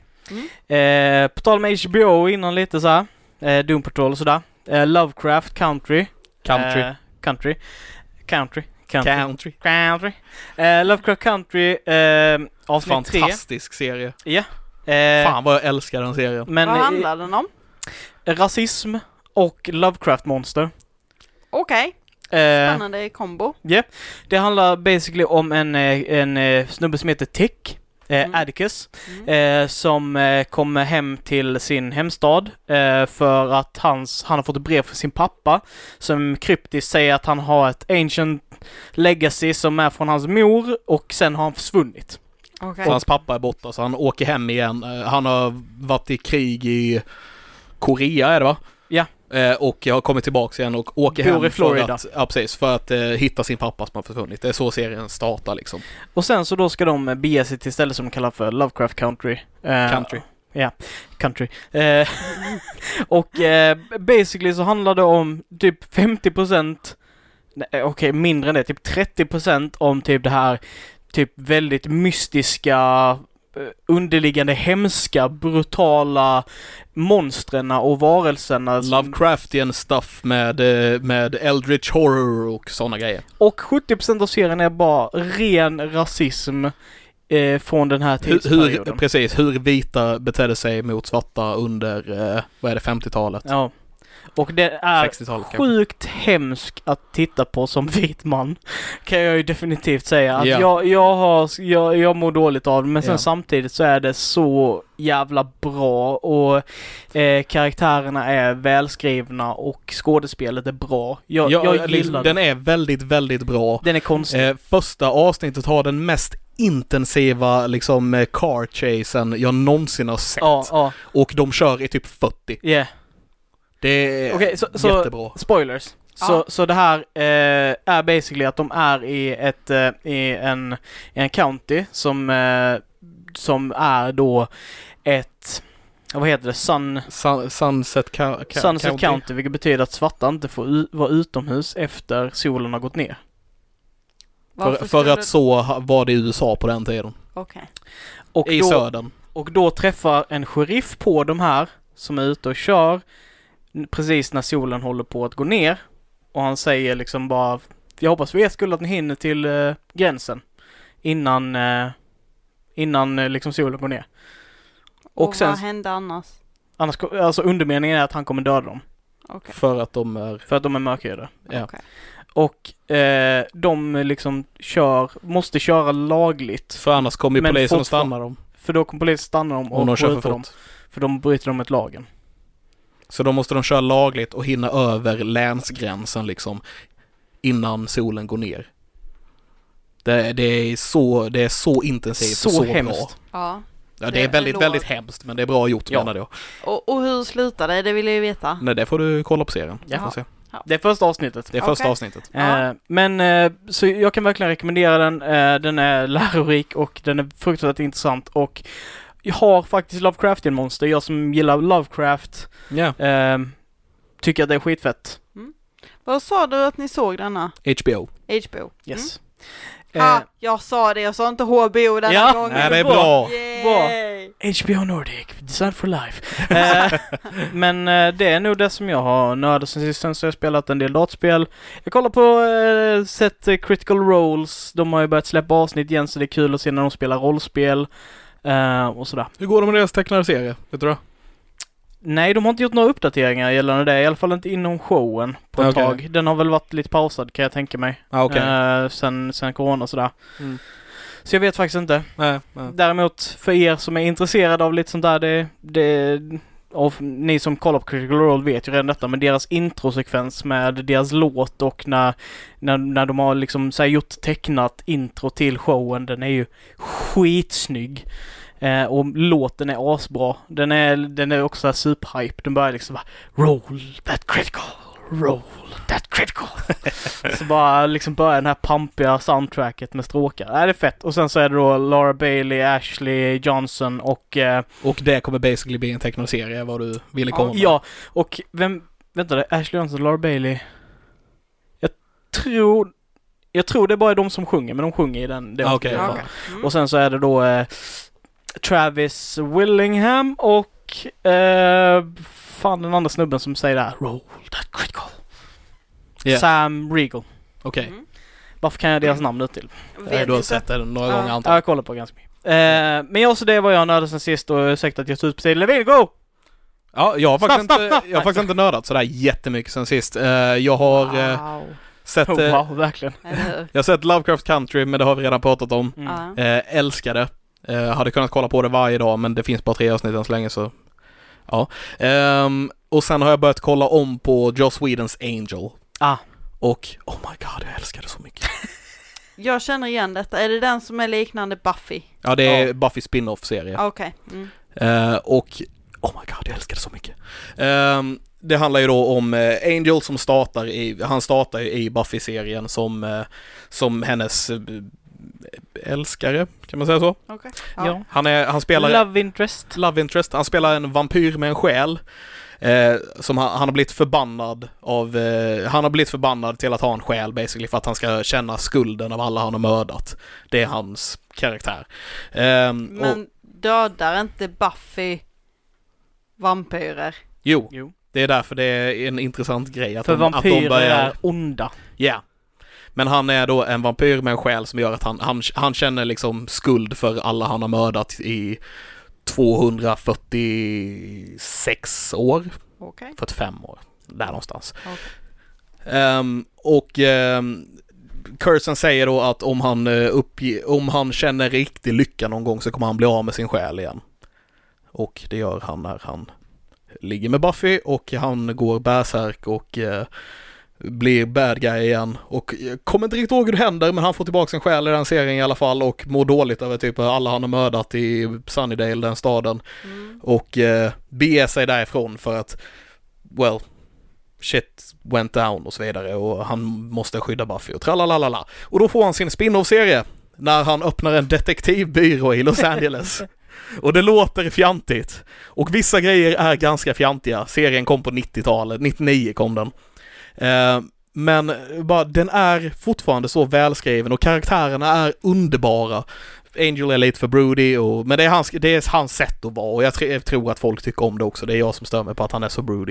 Eh, på tal om H B O innan lite så här. Eh, Doom Patrol och sådär. Eh, Lovecraft Country. Country. Eh, country. Country. Country. Country. Country. Eh, Lovecraft Country. Eh, avsnitt tre. Fantastisk serie. Ja. Eh, Fan vad jag älskar den serien. Men Vad eh, handlar den om? rasism och Lovecraft-monster. Okej. Eh, Spännande kombo. det handlar basically om en, eh, en eh, snubbe som heter Tick. Eh, Mm. Atticus. Mm. Eh, som eh, kommer hem till sin hemstad eh, för att hans, han har fått ett brev från sin pappa som kryptiskt säger att han har ett ancient legacy som är från hans mor och sen har han försvunnit. Okej. Så hans pappa är borta, så han åker hem igen. Eh, Han har varit i krig i Korea, är det va? Ja. Eh, och jag har kommit tillbaka igen och åker Bor hem i Florida. för att, ja, precis, för att eh, hitta sin pappa som har försvunnit. Det är så serien startar liksom. Och sen så då ska de eh, bege sig till stället som de kallar för Lovecraft Country. Eh, Country. Ja, country. Eh, och eh, basically så handlar det om typ femtio procent, nej, okej okay, mindre än det, typ trettio procent om typ det här typ väldigt mystiska, eh, underliggande, hemska, brutala monstren och varelserna. som- Lovecraftian stuff med, eh, med Eldritch Horror och sådana grejer. Och sjuttio procent av serien är bara ren rasism eh, från den här Hur, hur, tidsperioden. precis, hur vita betedde sig mot svarta under, eh, vad är det, femtiotalet? Ja. Och det är sextiotalet kanske. sjukt hemskt att titta på som vit man. Kan jag ju definitivt säga. Att Ja. jag, jag, har, jag, jag mår dåligt av det, men sen Ja. samtidigt så är det så jävla bra och eh, karaktärerna är välskrivna och skådespelet är bra. Jag, Ja, jag liksom, gillar den den. är väldigt, väldigt bra. Den är konstig. Eh, första avsnittet har den mest intensiva liksom eh, car chasen jag någonsin har sett. Ja, ja. Och de kör i typ fyrtio. Yeah. Det är Okej, så, så jättebra. spoilers. Så, Ja. så det här eh, är basically att de är i ett eh, i en, i en county som eh, som är då ett, vad heter det, Sun, Sun, Sunset ca- ca- Sunset County. County, vilket betyder att svarta inte får u- vara utomhus efter solen har gått ner. För, Varför för skulle att så ha- var det i U S A på den tiden. Okej. Och I då, södern. Och då träffar en sheriff på de här som är ute och kör precis när solen håller på att gå ner. Och han säger liksom bara, jag hoppas för er skull att ni hinner till eh, gränsen innan, eh, innan eh, liksom solen går ner. Och, och sen, vad händer annars? Annars, alltså undermeningen är att han kommer döda dem. Okay. För att de är... För att de är mörkhyade. Ja. Okay. Och eh, de liksom kör, måste köra lagligt. För annars kommer ju polisen och stanna dem. För då kommer polisen stanna dem och, och de kör för dem. För de bryter dem mot lagen. Så då måste de köra lagligt och hinna över länsgränsen liksom innan solen går ner. Det, det, är, så, det är så intensivt så och så hemskt. bra. Ja. Ja, det är väldigt, låg. väldigt hemskt, men det är bra gjort, ja. menar jag. Och, och hur slutar det? Det vill jag ju veta. Nej, det får du kolla på serien. Ja. Se. Ja. Det är första avsnittet. Det är första okay. avsnittet. Eh, ja. Men eh, så jag kan verkligen rekommendera den. Eh, den är lärorik och den är fruktansvärt intressant. Och jag har faktiskt Lovecraftian-monster. Jag som gillar Lovecraft Yeah. eh, tycker att det är skitfett. Mm. Vad sa du att ni såg denna? H B O. H B O. Yes. Mm. Eh, ah, jag sa det, jag sa inte H B O denna ja, gången. Nej, det är bra. Yay. H B O Nordic, designed for life. eh, men eh, det är nog det som jag har nördat sen sist. Sen så har jag spelat en del dataspel. Jag kollar på, eh, sett eh, Critical Roles. De har ju börjat släppa avsnitt igen, så det är kul att se när de spelar rollspel. Eh, och sådär. Hur går det med deras tecknade serie? Vet du det? Nej, de har inte gjort några uppdateringar gällande det. I alla fall inte inom showen på ett Okay. tag. Den har väl varit lite pausad, kan jag tänka mig. Ah, okay. eh, sen, sen corona och sådär. Mm. Så jag vet faktiskt inte. Nej, nej. Däremot för er som är intresserade av lite sånt där, det, det och ni som kollar på Critical Role vet ju redan detta, men deras introsekvens med deras låt och när, när, när de har liksom så här, gjort tecknat intro till showen, den är ju skitsnygg. Eh, och låten är asbra. Den är, den är också superhype. Den börjar liksom bara roll that critical, roll that critical. Så bara liksom börjar den här pampiga soundtracket med stråkar. Äh, det är fett. Och sen så är det då Laura Bailey, Ashley Johnson och... Eh, och det kommer basically bli en tecknad serie, vad du ville komma med. Ja, och vem... Vänta det, Ashley Johnson, Laura Bailey... Jag tror... Jag tror det är bara de som sjunger, men de sjunger i den. Det ah, okay, okay. Mm. Och sen så är det då... Eh, Travis Willingham och eh, fan den andra snubben som säger det här roll that critical. Yeah. Sam Riegel. Okej. Okay. Mm. Varför kan jag deras namn ut till? Eh, du har sett det några ja. gånger antar jag. Ja, jag kollar på ganska mycket. Eh, men jag så det var jag nördade sen sist och jag har sagt att jag tog ut på sig. Levin, go! Ja, jag har faktiskt, snabb, inte, snabb, snabb. jag har faktiskt inte nördat sådär jättemycket sen sist. Uh, jag har uh, wow. sett... Uh, oh, wow, verkligen. jag har sett Lovecraft Country, men det har vi redan pratat om. Mm. Uh, älskar det. Uh, hade kunnat kolla på det varje dag, men det finns bara tre avsnitt än så länge så... Ja. Um, och sen har jag börjat kolla om på Joss Whedons Angel. Ah. Och, oh my god, jag älskar det så mycket. Jag känner igen detta. Är det den som är liknande Buffy? Ja, det är ja. Buffy spin-off-serie. Okej. Okay. Mm. Uh, och, oh my god, jag älskar det så mycket. Um, det handlar ju då om uh, Angel som startar i, han startar i Buffy-serien som, uh, som hennes uh, älskare, kan man säga så? Okay. Ja. Han, är, han spelar... Love interest. Love interest. Han spelar en vampyr med en själ. Eh, som han, han har blivit förbannad av... Eh, han har blivit förbannad till att ha en själ basically för att han ska känna skulden av alla han har mördat. Det är hans karaktär. Eh, Men och, dödar inte Buffy vampyrer? jo, Jo. det är därför det är en intressant grej. Att För de, att vampyrer de börjar, är onda. Ja. Yeah. Men han är då en vampyr med en själ som gör att han, han, han känner liksom skuld för alla han har mördat i tvåhundrafyrtiosex år. Okay. fyrtiofem år. Där någonstans. Okay. Um, och um, Cursen säger då att om han, uh, uppge- om han känner riktig lycka någon gång så kommer han bli av med sin själ igen. Och det gör han när han ligger med Buffy och han går bärsärk och uh, blir bad guy igen. Och jag kommer inte riktigt ihåg hur det händer, men han får tillbaka sin själ i den serien i alla fall och mår dåligt över typ alla han har mördat i Sunnydale, den staden. Mm. Och uh, beger sig därifrån för att well, shit went down och så vidare och han måste skydda Buffy och tralalala. Och då får han sin spin-off-serie när han öppnar en detektivbyrå i Los Angeles. Och det låter fjantigt. Och vissa grejer är ganska fjantiga. Serien kom på nittiotalet, nittionio kom den. Eh, men bara, den är fortfarande så välskriven och karaktärerna är underbara. Angel är lite för broody, och, men det är, hans, det är hans sätt att vara, och jag, jag tror att folk tycker om det också. Det är jag som stör mig på att han är så broody.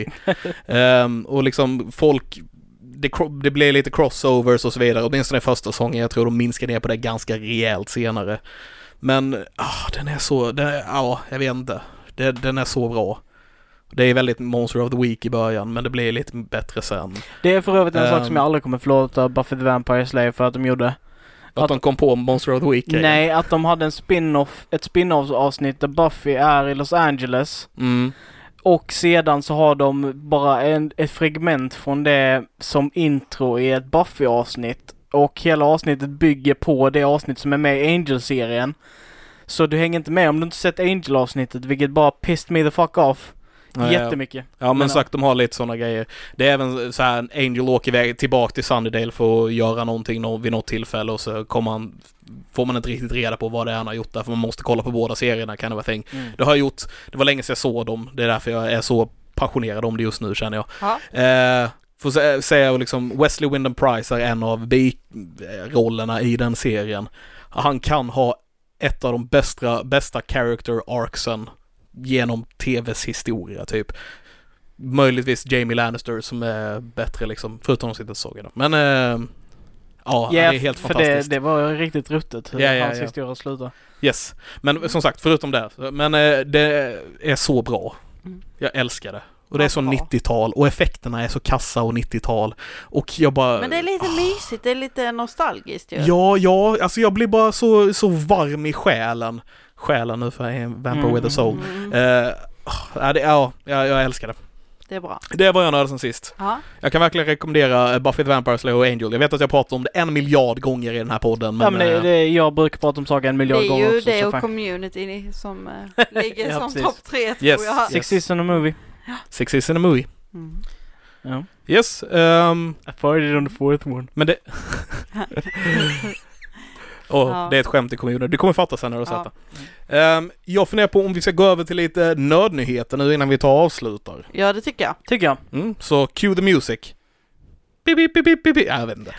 um, och liksom folk, det, det blir lite crossovers och så vidare, åtminstone i första säsongen. Jag tror de minskar ner på det ganska rejält senare. Men ah, den är så, den är, ja, jag vet inte. Det, den är så bra. Det är väldigt Monster of the Week i början, men det blir lite bättre sen. Det är för övrigt en um, sak som jag aldrig kommer förlåta Buffy the Vampire Slayer för att de gjorde. Att, att de kom på Monster of the Week? Nej, att de hade en spin-off, ett spin-off avsnitt där Buffy är i Los Angeles. Mm. Och sedan så har de bara en, ett fragment från det som intro i ett Buffy-avsnitt. Och hela avsnittet bygger på det avsnitt som är med i Angel-serien. Så du hänger inte med om du inte sett Angel-avsnittet, vilket bara pissed me the fuck off. Nej, jättemycket. Ja, men, men sagt, de har lite sådana grejer. Det är även så här, Angel åker iväg tillbaka till Sunnydale för att göra någonting vid något tillfälle, och så kommer han, får man inte riktigt reda på vad det är han har gjort där, för man måste kolla på båda serierna, kind of a thing. Mm. Det har jag gjort, det var länge sedan jag såg dem, det är därför jag är så passionerad om det just nu, känner jag. Eh, får säga liksom, Wesley Wyndham-Pryce är en av birollerna i den serien. Han kan ha ett av de bästa, bästa character arcsen genom tvs historia, typ. Möjligtvis Jamie Lannister som är bättre, liksom, förutom de sitter såg det. Men äh, ja, yeah, det är helt för fantastiskt. Det, det var riktigt ruttet hur yeah, yeah, hans yeah. historia slutar. Yes, men som sagt, förutom det. Men äh, det är så bra. Jag älskar det. Och det är så nittiotal, och effekterna är så kassa och nittiotal. Och jag bara... Men det är lite ah. mysigt, det är lite nostalgiskt ju. Ja, ja, alltså jag blir bara så, så varm i själen. Själen nu för en Vampire mm. with a Soul. Mm. Uh, ja, det, ja, jag, jag älskar det. Det är bra. Det var jag nöjd sen sist. Aha. Jag kan verkligen rekommendera Buffy the Vampire Slayer och Angel. Jag vet att jag pratat om det en miljard gånger i den här podden. Men, ja, men det, det, jag brukar prata om saker en miljard gånger också. Det är ju det och Community som uh, ligger ja, som topp tre, tror yes, jag. Six is in a movie. Six is in a movie. Mm. Ja. Yes. Um, I farted on the fourth one. Men det... Oh, ja. Det är ett skämt i kommunen. Du kommer fatta sen när du har sett det. Um, jag funderar på om vi ska gå över till lite nördnyheter nu innan vi tar och avslutar. Ja, det tycker jag. Tycker jag. Mm, så cue the music. Bip, bip, bip, bip, bip. Jag vet inte.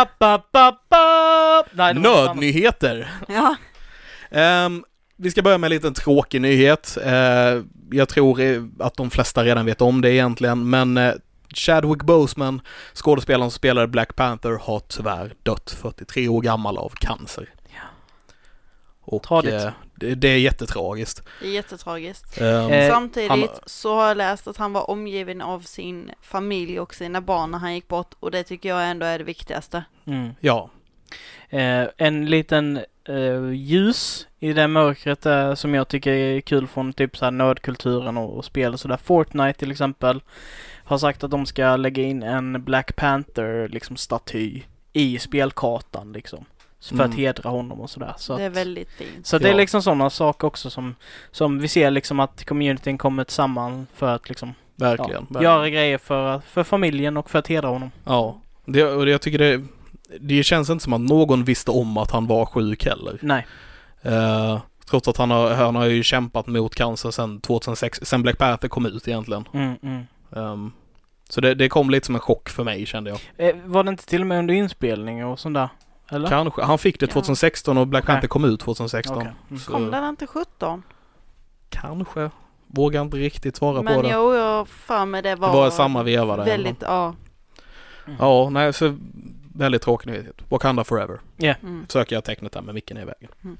Nej, nördnyheter. Ja. Um, vi ska börja med en liten tråkig nyhet. Uh, jag tror att de flesta redan vet om det egentligen, men uh, Chadwick Boseman, skådespelaren som spelade Black Panther, har tyvärr dött, fyrtiotre år gammal, av cancer. Ja. Och eh, det, det är jättetragiskt. Det är jättetragiskt. Um, Samtidigt han, så har jag läst att han var omgiven av sin familj och sina barn när han gick bort, och det tycker jag ändå är det viktigaste. Mm. Ja. Eh, en liten eh, ljus i det mörkret eh, som jag tycker är kul från typ så här nördkulturen och, och spel och sådär. Fortnite till exempel har sagt att de ska lägga in en Black Panther liksom staty i spelkartan liksom, för mm. att hedra honom och sådär. Så det är att, väldigt fint. Så ja. Det är liksom sådana saker också som, som vi ser liksom att communityn kommer samman för att liksom verkligen, ja, verkligen. göra grejer för, för familjen och för att hedra honom. Ja, det, och det, jag tycker det, det känns inte som att någon visste om att han var sjuk heller. Nej. Uh, trots att han har, han har ju kämpat mot cancer sedan tjugohundrasex, sen Black Panther kom ut egentligen. Mm, mm. Um, så det, det kom lite som en chock för mig, kände jag. Eh, var det inte till och med under inspelning och sånt där? Eller? Kanske. Han fick det tjugohundrasexton och Black okay. Panther kom ut tjugohundrasexton. Okay. Mm. Så. Kom den inte sjutton? Kanske. Vågar inte riktigt svara Men på det. Men jo, jag för mig det var... Det var samma veva där. Väldigt, ja. Mm. Ja, nej, så väldigt tråkig nyhet. Wakanda forever. Ja. Yeah. Mm. Söker jag tecknet där med micken i vägen. Mm.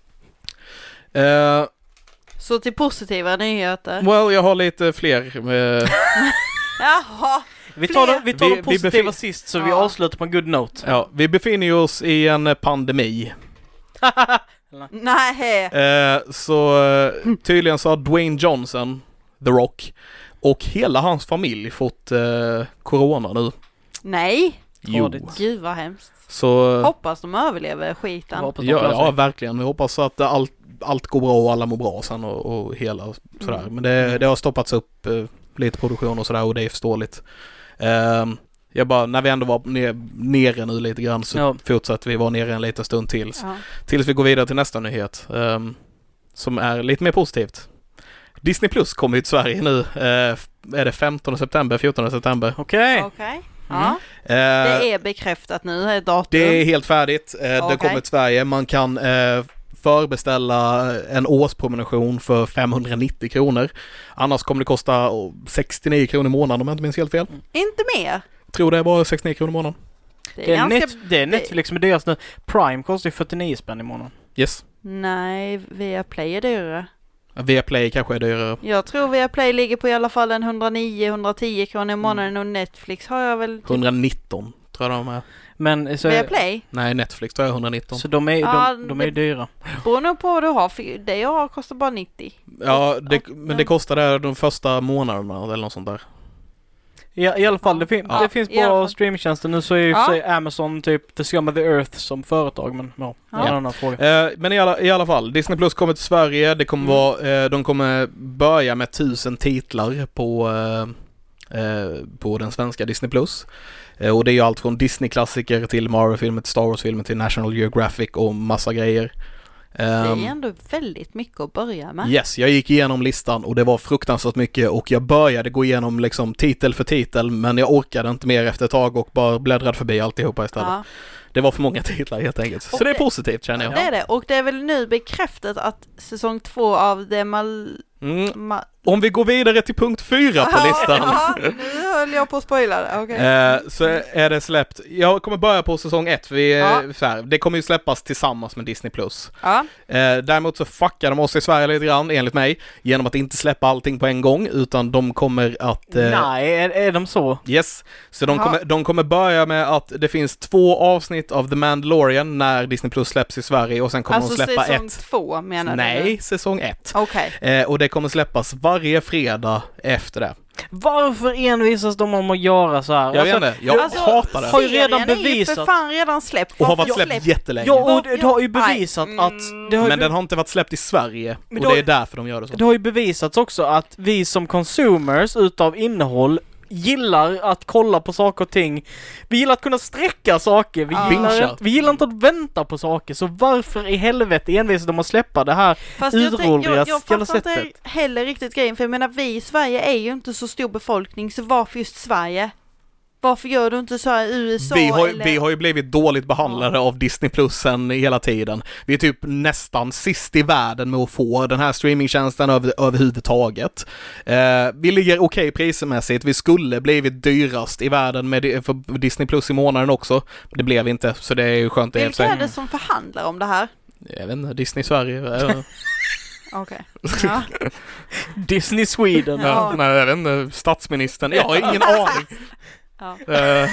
Uh, så till positiva nyheter. Well, jag har lite fler. Uh, Jaha. Vi tar, de, vi tar vi, de positiva befin- sist så ja. vi avslutar på en good note. Ja, vi befinner oss i en pandemi. Nej. Eh, så eh, tydligen så har Dwayne Johnson, The Rock, och hela hans familj fått eh, corona nu. Nej. Jo. Gud vad hemskt. Så, hoppas de överlever skiten. Ja, ja, verkligen. Vi hoppas att allt, allt går bra och alla mår bra sen och, och hela och sådär. Mm. Men det, det har stoppats upp eh, lite produktion och sådär, och det är förståeligt. Um, jag bara, när vi ändå var ner, nere nu lite grann, så ja. fortsätter vi vara nere en liten stund tills. Ja. Tills vi går vidare till nästa nyhet. Um, som är lite mer positivt. Disney Plus kommer till Sverige nu. Uh, är det femtonde september, fjortonde september? Okej. Okay. Okej. Okay. Ja. Uh, det är bekräftat nu, är datum. Det är helt färdigt. Uh, okay. Det kommer till Sverige. Man kan uh, förbeställa en årsprenumeration för femhundranittio kronor. Annars kommer det kosta sextionio kronor i månaden om jag inte minns helt fel. Inte mer? Jag tror det är bara sextionio kronor i månaden. Det är, det är, ganska... net, det är Netflix med deras nu. Prime kostar ju fyrtionio spänn i månaden. Yes. Nej, Viaplay är dyrare. Viaplay kanske är dyrare. Jag tror Viaplay ligger på i alla fall en hundranio till hundratio kronor i månaden mm. och Netflix har jag väl... Typ... hundranitton tror jag de är. Men så... Viaplay? Nej, Netflix tror jag är hundranitton. Så de är, ja, de, de är det... dyra. Beror nog på vad du har. För det jag har kostar bara nittio. Ja, det, men det kostar det de första månaderna eller något sånt där. Ja, i alla fall, det, fin- ja. det finns bra streamingtjänster. Nu så är ju ja. sig Amazon typ the scum of the earth som företag, men ja, ja. det är en annan fråga. Eh, men i alla, i alla fall, Disney Plus kommer till Sverige. Det kommer mm. vara, eh, de kommer börja med tusen titlar på, eh, eh, på den svenska Disney Plus. Eh, och det är ju allt från Disney-klassiker till Marvel-filmer, till Star Wars-filmer, till National Geographic och massa grejer. Det är ändå väldigt mycket att börja med. Yes, jag gick igenom listan och det var fruktansvärt mycket och jag började gå igenom liksom titel för titel, men jag orkade inte mer efter ett tag och bara bläddrade förbi alltihopa istället. Ja. Det var för många titlar helt enkelt. Och så det, det är positivt känner jag. Det är det, och det är väl nu bekräftat att säsong två av The Mal... Mm. Ma- Om vi går vidare till punkt fyra på listan. Ja, nu höll jag på att spoila det. Okay. Eh, så är det släppt. Jag kommer börja på säsong ett. Vi, ja. så här, det kommer ju släppas tillsammans med Disney Plus. Ja. Eh, däremot så fuckar de oss i Sverige lite grann, enligt mig, genom att inte släppa allting på en gång, utan de kommer att... Eh, Nej, är, är de så? Yes. Så de kommer, de kommer börja med att det finns två avsnitt av The Mandalorian när Disney Plus släpps i Sverige och sen kommer alltså de släppa ett... Alltså säsong två menar Nej, du? Nej, säsong ett. Okej. Okay. Eh, och det kommer släppas varje fredag efter det. Varför envisas de om att göra så här? Jag alltså, vet inte, jag alltså, hatar det. Har ju redan bevisat. Är ju för fan redan släppt. Och har varit släppt släpp? jättelänge. Ja, och det, det har ju bevisat mm. att... Det har men ju den har inte varit släppt i Sverige. men och det, det har, är därför de gör det så. Det har ju bevisats också att vi som consumers utav innehåll gillar att kolla på saker och ting. Vi gillar att kunna sträcka saker. Vi, ah. gillar, inte, vi gillar inte att vänta på saker. Så varför i helvete envisas de att släppa det här uråldriga jag, jag, jag fattar inte heller riktigt grejen. För jag menar, vi i Sverige är ju inte så stor befolkning. Så varför just Sverige? Varför gör du inte så här i U S A? Vi har, eller? vi har ju blivit dåligt behandlade ja. av Disney Plusen hela tiden. Vi är typ nästan sist i världen med att få den här streamingtjänsten över, överhuvudtaget. Eh, vi ligger okej prismässigt. Vi skulle blivit dyrast i världen med för Disney Plus i månaden också. Det blev inte, så det är ju skönt. Vilka är det som förhandlar om det här? Jag vet inte, Disney Sverige. Okej. Okay. Ja. Disney Sweden. Ja. Ja, nej, jag vet inte, statsministern. Jag har ingen aning. Ja. Uh.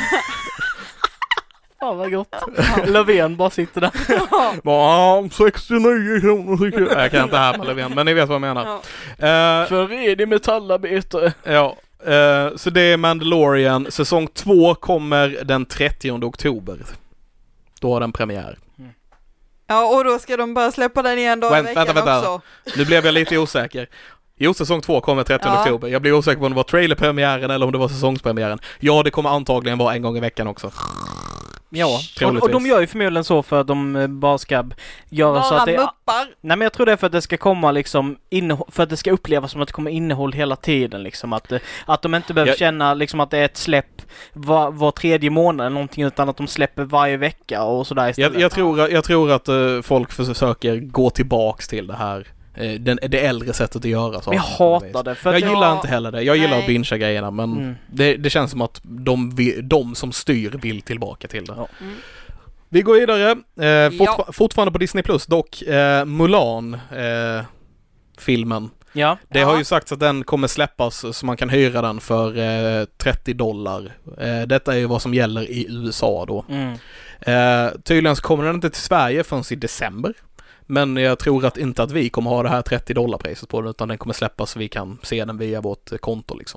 Fan vad gott. Löfven bara sitter där. Ja, sextionio kronor tycker jag. Jag kan inte härma Löfven, men ni vet vad jag menar. Ja. Uh, För är det metallarbetare. Ja, uh, så det är Mandalorian. Säsong två kommer den trettionde oktober. Då har den premiär. Mm. Ja, och då ska de bara släppa den igen då i veckan vänta, vänta. också. Nu blev jag lite osäker. Jo, säsong två kommer trettionde ja. oktober. Jag blir osäker på om det var trailerpremiären eller om det var säsongspremiären. Ja, det kommer antagligen vara en gång i veckan också. Ja, och, och de gör ju förmodligen så för att de bara ska göra bara så att det... muppar. Nej, men jag tror det är för att det ska komma liksom innehåll, för att det ska upplevas som att det kommer innehåll hela tiden liksom. Att, att de inte behöver jag... känna liksom att det är ett släpp var, var tredje månad eller någonting, utan att de släpper varje vecka och sådär istället. Jag, jag, tror, jag tror att uh, folk försöker gå tillbaks till det här Den, det äldre sättet att göra saker. Jag hatar det. För jag gillar jag... inte heller det. Jag gillar Nej. att bingea grejerna, men mm. det, det känns som att de, de som styr vill tillbaka till det. Ja. Mm. Vi går vidare. Eh, fortfar- ja. Fortfarande på Disney Plus dock. Eh, Mulan eh, filmen. Ja. Det ja. har ju sagts att den kommer släppas så man kan hyra den för eh, trettio dollar. Eh, detta är ju vad som gäller i U S A då. Mm. Eh, tydligen så kommer den inte till Sverige förrän i december. Men jag tror att inte att vi kommer ha det här trettio dollar priset på den, utan den kommer släppas så vi kan se den via vårt konto liksom.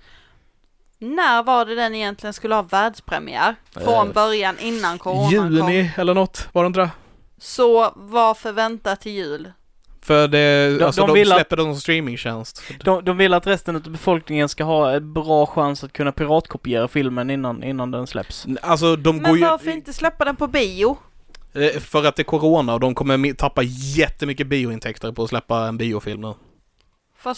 När var det den egentligen skulle ha världspremiär? Från eh, början innan corona juni kom. eller något, var det inte det? Så varför vänta till jul? För det, de, alltså de, de vill släpper att, dem som streamingtjänst. De, de vill att resten av befolkningen ska ha en bra chans att kunna piratkopiera filmen innan, innan den släpps. Alltså, de Men går ju, varför inte släppa den på bio? För att det är corona och de kommer tappa jättemycket biointäkter på att släppa en biofilm nu. Fast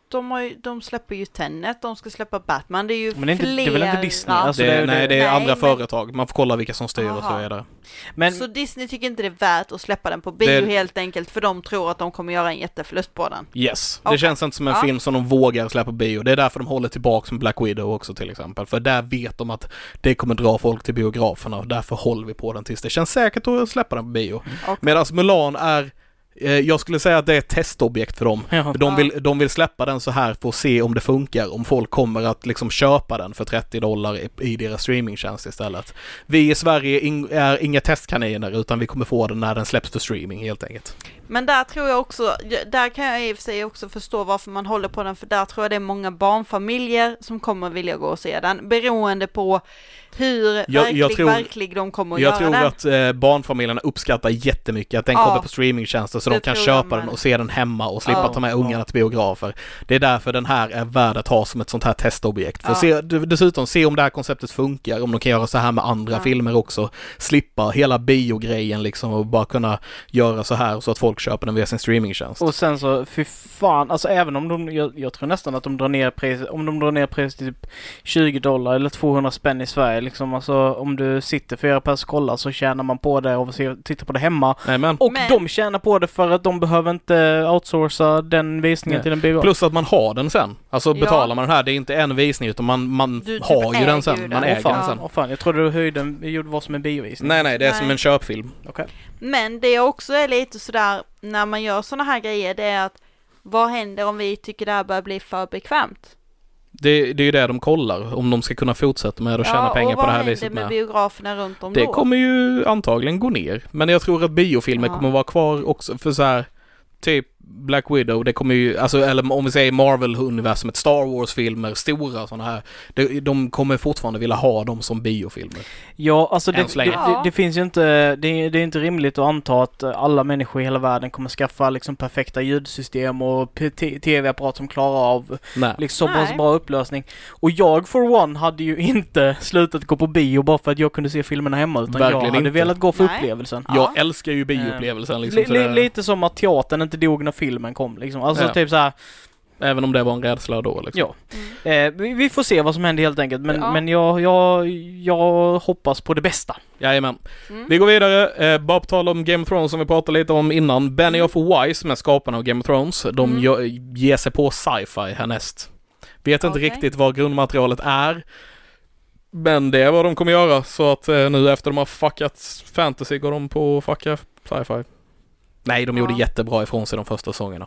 de, har ju, de släpper ju Tenet, de ska släppa Batman, det är ju men det är, inte, flera... det är väl inte Disney? Alltså, det, det, nej, det är nej, andra men... företag. Man får kolla vilka som styr och så vidare. Men... Så Disney tycker inte det är värt att släppa den på bio det... helt enkelt, för de tror att de kommer göra en jätteförlust på den. Yes, okay. Det känns inte som en ja. film som de vågar släppa på bio. Det är därför de håller tillbaka med Black Widow också till exempel. För där vet de att det kommer dra folk till biograferna och därför håller vi på den tills det känns säkert att släppa den på bio. Okay. Medan Mulan är jag skulle säga att det är ett testobjekt för dem. Ja. De, vill, de vill släppa den så här för att se om det funkar. Om folk kommer att liksom köpa den för trettio dollar i, i deras streamingtjänst istället. Vi i Sverige in, är inga testkaniner utan vi kommer få den när den släpps för streaming helt enkelt. Men där tror jag också, där kan jag i och för sig också förstå varför man håller på den. För där tror jag det är många barnfamiljer som kommer vilja gå och se den. Beroende på hur jag, verklig, jag tror, verklig de kommer att jag göra tror den. att eh, barnfamiljerna uppskattar jättemycket att den ja, kommer på streamingtjänster så de kan köpa den och se den hemma och slippa ja, ta med ungarna ja. till biografer. Det är därför den här är värd att ha som ett sånt här testobjekt. För ja. se, dessutom se om det här konceptet funkar, om de kan göra så här med andra ja. filmer också. Slippa hela biogrejen liksom och bara kunna göra så här så att folk köper den via sin streamingtjänst. Och sen så, fy fan, alltså även om de, jag, jag tror nästan att de drar ner priset, om de drar ner priset till typ tjugo dollar eller tvåhundra spänn i Sverige liksom, alltså om du sitter fyra pers och kollar så tjänar man på det och tittar på det hemma. Amen. Och Men. de tjänar på det för att de behöver inte outsourca den visningen Nej. till en biograf. Plus att man har den sen. Alltså betalar ja. man den här, det är inte en visning utan man, man du, har typ ju den sen. Den. Man äger fan, den sen. Åh fan, jag trodde du höjden gjorde vad som en biovisning. Nej, nej, det är nej. som en köpfilm. Okay. Men det också är lite sådär, när man gör såna här grejer, det är att vad händer om vi tycker det här börjar bli för bekvämt? Det, det är ju det de kollar, om de ska kunna fortsätta med att tjäna ja, pengar på det här viset. Ja, och vad händer med biograferna runt om det då? Det kommer ju antagligen gå ner. Men jag tror att biofilmer ja. kommer vara kvar också för så här typ Black Widow, det kommer ju, alltså, eller om vi säger Marvel-universumet, Star Wars-filmer, stora sådana här, de, de kommer fortfarande vilja ha dem som biofilmer. Ja, alltså det, det, ja. det, det finns ju inte, det, det är inte rimligt att anta att alla människor i hela världen kommer skaffa liksom perfekta ljudsystem och t- tv-apparat som klarar av Nej. liksom så pass bra upplösning. Och jag for one hade ju inte slutat gå på bio bara för att jag kunde se filmerna hemma, utan Verkligen jag hade inte. velat gå för Nej. upplevelsen. Jag ja. älskar ju bioupplevelsen liksom, L- li- lite som att teatern inte dog när filmen kom liksom. Alltså ja. typ så här. Även om det var en rädsla då liksom. Ja. Mm. Eh, vi, vi får se vad som händer helt enkelt. Men, ja. men jag, jag, jag hoppas på det bästa. Jajamän. Mm. Vi går vidare. Eh, bara på tal om Game of Thrones som vi pratade lite om innan. Benioff och Weiss, med skaparna av Game of Thrones, de Mm. gör, ger sig på sci-fi härnäst. Vet inte Okay. riktigt vad grundmaterialet är. Men det är vad de kommer göra. Så att eh, nu efter de har fuckat fantasy går de på att fucka sci-fi. Nej, de ja. gjorde jättebra ifrån sig de första säsongerna.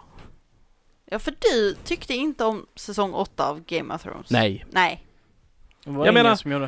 Ja, för du tyckte inte om säsong åtta av Game of Thrones. Nej. Nej. Det var Jag ingen menar- som gjorde.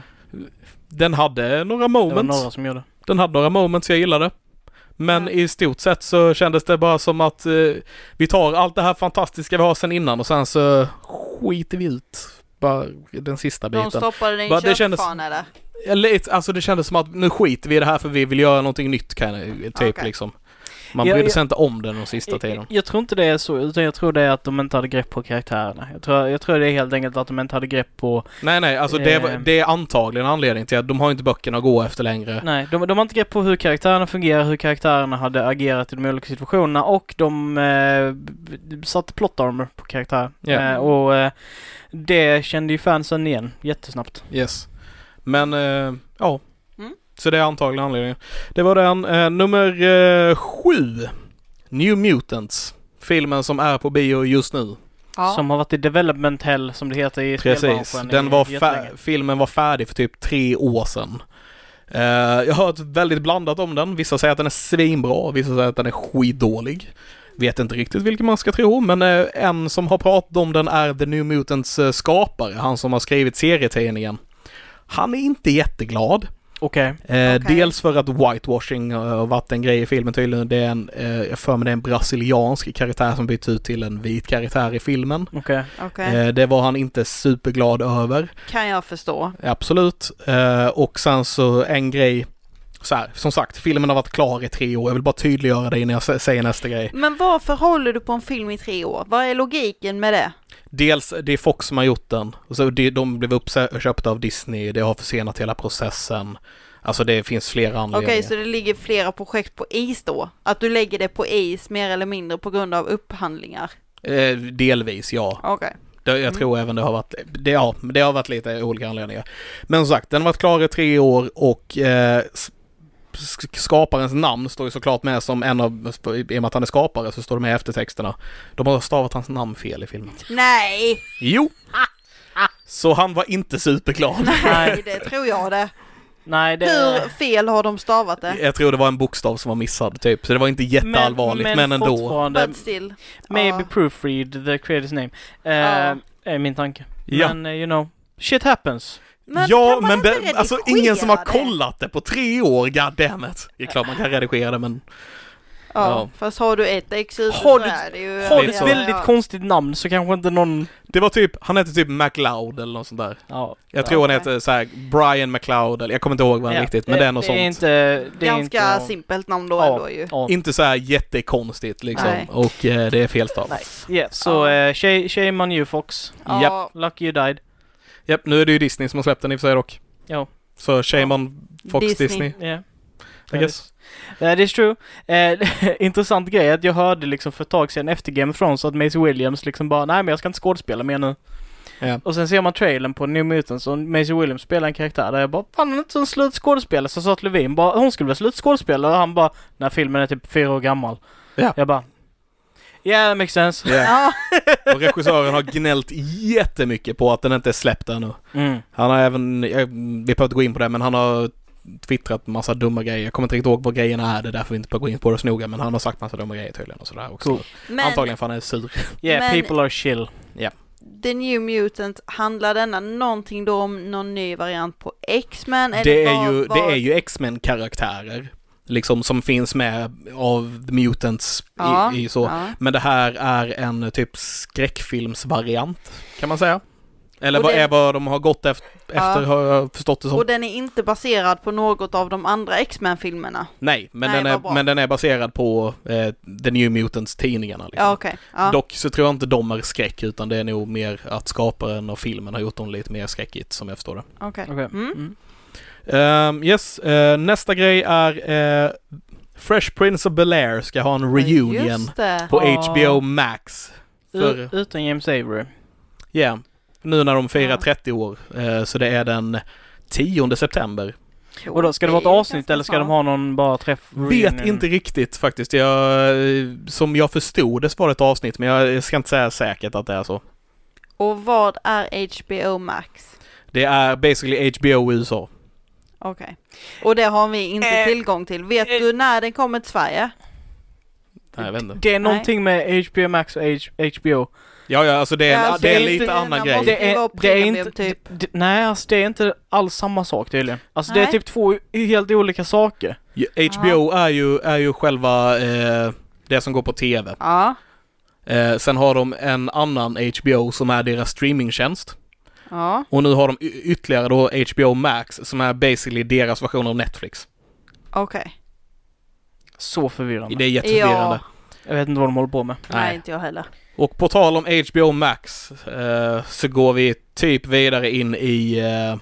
Den hade några Det var moments. några som gjorde. Den hade några moments jag gillade. Men Ja. i stort sett så kändes det bara som att eh, vi tar allt det här fantastiska vi har sen innan och sen så skiter vi ut bara den sista De biten. stoppade den i Bara, det köpfan kändes- eller? Eller, alltså det kändes som att nu skiter vi i det här för vi vill göra någonting nytt kan jag, typ Okej. liksom. Man Ja, brydde ja. sig inte om den de sista Jag, tiden. jag tror inte det är så, utan jag tror det är att de inte hade grepp på karaktärerna. Jag tror, jag tror det är helt enkelt att de inte hade grepp på... Nej, nej, alltså det, var- Eh. det är antagligen anledningen till att de har inte böckerna att gå efter längre. Nej, de, de har inte grepp på hur karaktärerna fungerar, hur karaktärerna hade agerat i de olika situationerna, och de eh, b- b- satte plot armor på karaktär. Ja. Eh, och eh, det kände ju fansen igen jättesnabbt. Yes. Men, eh, ja. Mm. Så det är antagligen anledningen. Det var den. Eh, nummer eh, sju. New Mutants. Filmen som är på bio just nu. Ja. Som har varit i development hell, som det heter i Precis. spelbranschen. Den i var jättelänge. fär- filmen var färdig för typ tre år sedan. Eh, jag har hört väldigt blandat om den. Vissa säger att den är svinbra, vissa säger att den är skitdålig. Vet inte riktigt vilken man ska tro, men eh, en som har pratat om den är The New Mutants eh, skapare, han som har skrivit serietidningen. Han är inte jätteglad. Okej. Eh, Okej. Dels för att whitewashing eh, har varit en grej i filmen tydligen. Det är en, eh, jag för mig det är en brasiliansk karaktär som byts ut till en vit karaktär i filmen. Okej. Okej. Eh, det var han inte superglad över. Kan jag förstå. Absolut. Eh, och sen så en grej, så här, som sagt, filmen har varit klar i tre år. Jag vill bara tydliggöra det innan jag s- säger nästa grej. Men varför håller du på en film i tre år? Vad är logiken med det? Dels, det är Fox som har gjort den. Och så det, de blev uppköpta av Disney. Det har försenat hela processen. Alltså det finns flera anledningar. Okej, så det ligger flera projekt på is då? Att du lägger det på is mer eller mindre på grund av upphandlingar? Eh, delvis, ja. Okej. Okay. Det, jag mm. tror även det har varit, det, ja, det har varit lite olika anledningar. Men som sagt, den har varit klar i tre år och eh, skaparens namn står ju såklart med som en av, i och med att han är skapare så står det med i eftertexterna. De har stavat hans namn fel i filmen. Nej! Jo! Så han var inte superglad. Nej, det tror jag det. Nej, det... Hur fel har de stavat det? Jag tror det var en bokstav som var missad typ. Så det var inte jätteallvarligt, men, men, men ändå. But still. Maybe uh. proofread the creator's name. Uh, uh. Är min tanke. Ja. Men uh, you know, shit happens. Men ja, men be, alltså ingen som har det? kollat det på tre år, goddammit. Det är klart man kan redigera det, men... Ja, ja, fast har du ett ex ut så du, är det ju... Har du ett väldigt ja. konstigt namn så kanske inte någon... Det var typ, han heter typ McLeod eller något sånt där. Ja. Jag ja, tror han heter så här Brian McLeod eller jag kommer inte ihåg vad han ja. riktigt, men det, det är något det sånt. Är inte, det är ganska inte, simpelt namn då ja, ändå ju. Ja. Inte så här jättekonstigt liksom. Nej. Och eh, det är felstavat. Yeah, så uh, shame, shame on you Fox. Ja. Yep. Lucky you died. Japp, nu är det ju Disney som har släppt den i och för sig dock. Ja. Så shame ja. on Fox Disney. Disney. Yeah. I guess. That is true. Eh, intressant grej att jag hörde liksom för ett tag sedan efter Game of Thrones att Maisie Williams liksom bara, nej men jag ska inte skådespela mer nu. Yeah. Och sen ser man trailern på New Mutants och Maisie Williams spelar en karaktär där jag bara, fan hon är inte en slutskådespelare. Så sa att Levin bara, hon skulle vara slutskådespelare och han bara, när filmen är typ fyra år gammal. Yeah. Jag bara, yeah, that makes sense. Yeah. Och regissören har gnällt jättemycket på att den inte är släppt ännu. Mm. Han har även, jag, vi behöver inte gå in på det, men han har twittrat massa dumma grejer. Jag kommer inte riktigt ihåg vad grejerna är, det är därför vi inte behöver gå in på det så noga, men han har sagt massa dumma grejer tydligen och sådär också. Cool. Men, antagligen för han är sur. Yeah, men, people are chill. Ja. Yeah. The New Mutant, handlar denna någonting då om någon ny variant på X-Men? Det, eller är var, ju, var... det är ju X-Men-karaktärer liksom som finns med av The Mutants ja, i, i så. Ja. Men det här är en typ skräckfilmsvariant kan man säga. Eller vad den, är vad de har gått efter, ja. efter har jag förstått det som. Och den är inte baserad på något av de andra X-Men-filmerna? Nej, men, Nej, den, är, men den är baserad på eh, The New Mutants-tidningarna. Liksom. Ja, okay. Ja. Dock så tror jag inte de är skräck, utan det är nog mer att skaparen av filmen har gjort dem lite mer skräckigt, som jag förstår det. Okej. Okay. Okay. Mm. Mm. Um, yes, uh, nästa grej är uh, Fresh Prince of Bel-Air ska ha en reunion på oh. H B O Max. För... U- utan James Avery. Ja. Yeah. Nu när de firar trettio år. Eh, så det är den tionde september. Och då ska det vara ett avsnitt eller ska de ha någon bara träff? Vet inte riktigt faktiskt. Jag, som jag förstod det så var det ett avsnitt, men jag ska inte säga säkert att det är så. Och vad är H B O Max? Det är basically H B O U S A. Okej. Okay. Och det har vi inte äh, tillgång till. Vet äh, du när den kommer till Sverige? Nej, jag vet inte. Det är någonting Nej. med H B O Max och H B O. Ja, ja, alltså det är, ja, alltså det är lite inte, annan grej. Det är, det är inte, typ. det, nej, alltså det är inte alls samma sak tydligen. Alltså nej. Det är typ två helt olika saker. Ja, H B O är ju, är ju själva eh, det som går på tv. Ja. Eh, sen har de en annan H B O som är deras streamingtjänst. Ja. Och nu har de y- ytterligare då H B O Max som är basically deras version av Netflix. Okej. Okay. Så förvirrande. Det är jätteförvirrande. Ja. Jag vet inte vad de håller på med. Nej, nej inte jag heller. Och på tal om H B O Max eh, så går vi typ vidare in i eh,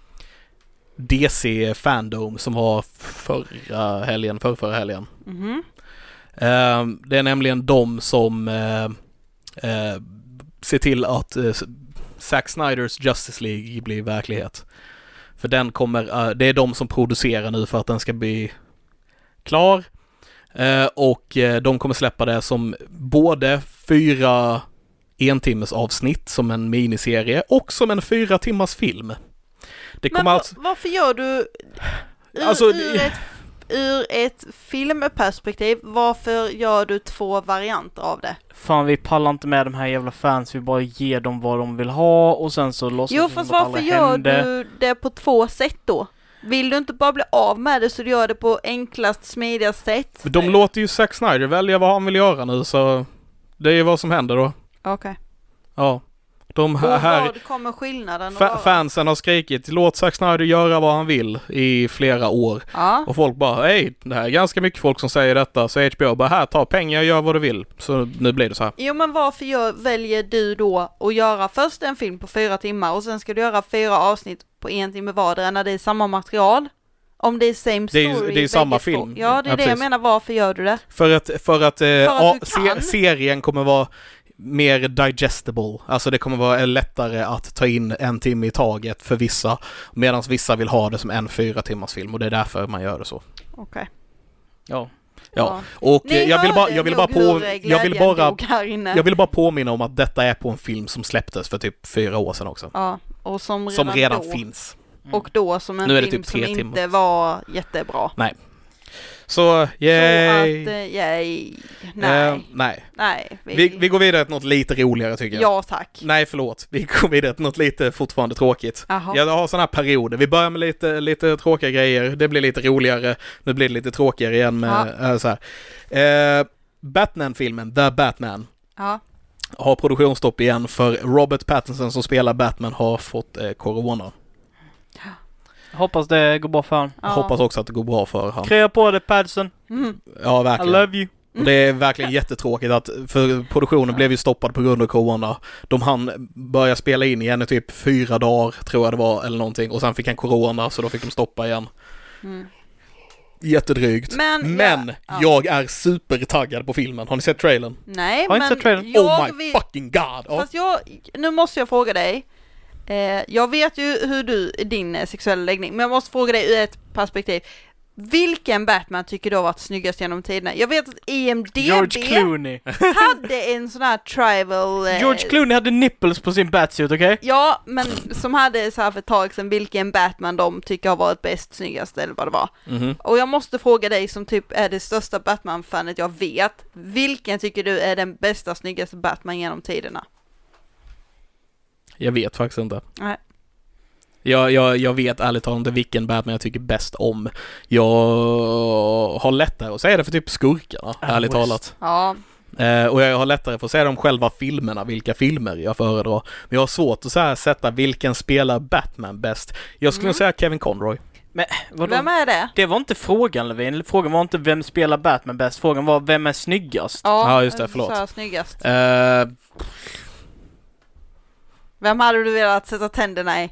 D C Fandom som har förra helgen, förra, förra helgen. Mm-hmm. Eh, det är nämligen de som eh, eh, ser till att eh, Zack Snyders Justice League blir verklighet. För den kommer, eh, det är de som producerar nu för att den ska bli klar. Uh, och uh, de kommer släppa det som både fyra entimmes avsnitt som en miniserie och som en fyra timmars film. Det kommer Men alltså... varför gör du ur, alltså, ur, ett, ur ett filmperspektiv, varför gör du två varianter av det? Fan, vi pallar inte med de här jävla fans, vi bara ger dem vad de vill ha och sen så låtsas Jo, fast varför gör hände. du det på två sätt då? Vill du inte bara bli av med det så du gör det på enklast, smidigast sätt? De låter ju Zack Snyder välja vad han vill göra nu, så det är ju vad som händer då. Okej. Okay. Ja. De här, och vad kommer skillnaden fa- fansen har skrikit, låt Zack Snyder göra vad han vill i flera år. Ja. Och folk bara, hej, det här är ganska mycket folk som säger detta. Så H B O bara, här, ta pengar och gör vad du vill. Så nu blir det så här. Jo, men varför gör, väljer du då att göra först en film på fyra timmar och sen ska du göra fyra avsnitt på en timme vardera när det är samma material? Om det är same story. Det är, det är samma film. Ja, det är ja, det jag menar. Varför gör du det? För att, för att, eh, för att a, se, serien kommer vara mer digestible. Alltså det kommer vara lättare att ta in en timme i taget för vissa, medan vissa vill ha det som en fyra timmars film och det är därför man gör det så. Okej. Okay. Ja. Ja, och Ni jag vill bara jag vill bara på jag vill bara jag vill bara påminna om att detta är på en film som släpptes för typ fyra år sedan också. Ja, och som redan, som redan då, finns. Och då som en nu är det film typ tre som timmar. inte var jättebra. Nej. Så, yay! Så att, yay. Nej. Uh, nej. Nej. Vi... Vi, vi går vidare till något lite roligare tycker jag. Ja, tack. Nej, förlåt. Vi går vidare till något lite fortfarande tråkigt. Aha. Jag har sådana här perioder. Vi börjar med lite, lite tråkiga grejer. Det blir lite roligare. Nu blir det lite tråkigare igen med ja. äh, så här. Uh, Batman-filmen, The Batman. Ja. Har produktionsstopp igen för Robert Pattinson som spelar Batman har fått eh, corona. Hoppas det går bra för han. Ja. Hoppas också att det går bra för han. Krya på det, Pattinson. Mm. Ja, verkligen. I love you. Och det är verkligen jättetråkigt att för produktionen blev ju stoppad på grund av corona. De hann börja spela in igen i typ fyra dagar tror jag det var eller någonting och sen fick han corona så då fick de stoppa igen. Mm. Jättedrygt. Men, men ja, ja. jag är supertaggad på filmen. Har ni sett trailern? Nej, Har men sett trailern? jag oh my vill... fucking god. Oh. Fast jag, nu måste jag fråga dig. Eh, jag vet ju hur du, din eh, sexuella läggning, men jag måste fråga dig ur ett perspektiv. Vilken Batman tycker du har varit snyggast genom tiderna? Jag vet att I M D B George Clooney hade en sån här tribal... Eh, George Clooney hade nipples på sin batsuit, okej? Okay? Ja, men som hade så här för ett tag sedan vilken Batman de tycker har varit bäst, snyggast eller vad det var. Mm-hmm. Och jag måste fråga dig som typ är det största Batman-fanet jag vet. Vilken tycker du är den bästa, snyggaste Batman genom tiderna? Jag vet faktiskt inte. Nej. Jag, jag, jag vet ärligt talat inte vilken Batman jag tycker bäst om. Jag har lättare att säga det för typ skurkarna, ah, ärligt talat. Ja. Eh, och jag har lättare för att säga de själva filmerna, vilka filmer jag föredrar. Men jag har svårt att så här sätta vilken spelar Batman bäst. Jag skulle mm. säga Kevin Conroy. Men vadå? Vem är det? Det var inte frågan, Levin. Frågan var inte vem spelar Batman bäst. Frågan var vem är snyggast. Ja, ja just det, förlåt. Så snyggast. Eh... Vem hade du velat sätta tänderna i?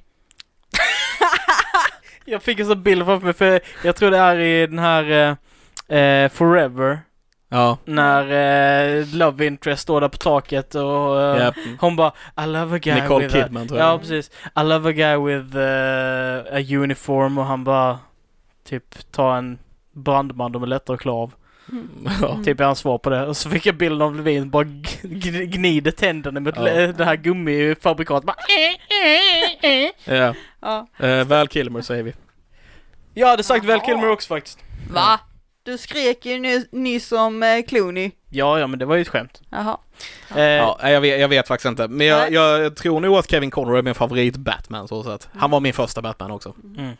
Jag fick en sån bild framför mig, för jag tror det är i den här eh, Forever. Ja. När eh, Love Interest står där på taket och eh, yep. hon bara I love a guy Nicole with Kidman, a, tror jag. Ja, precis. I love a guy with uh, a uniform och han bara typ ta en brandman, de är lättare att klara av. Mm. Ja. Typ är han svar på det. Och så fick jag bilden av Levin bara g- gnider tänderna med ja. det här gummifabrikat. Bara ja. ja. Uh, Val Kilmer säger vi. Jag hade sagt Val Kilmer också faktiskt. Va? Du skrek ju ny- nyss om uh, Clooney. Ja, ja, men det var ju ett skämt. Jaha. Eh, ja, jag vet, jag vet faktiskt inte. Men jag, jag tror nog att Kevin Conroy är min favorit Batman. Så att mm. Han var min första Batman också. Mm.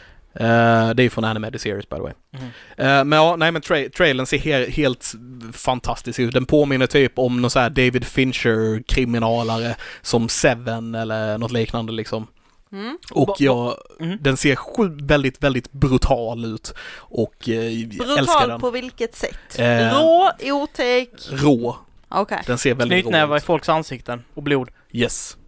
Uh, det är från Animated Series by the way. Mm. Uh, men ja, nej men tra- trailern ser he- helt fantastisk ut. Den påminner typ om någon så här David Fincher kriminalare som Seven eller något liknande liksom. Mm. Och jag, mm. den ser sju, väldigt, väldigt brutal ut och uh, brutal älskar den. På vilket sätt? Uh, rå, otäck? Rå. Okay. Den ser väldigt rå ut. Knytnävar i folks ansikten och blod. Yes.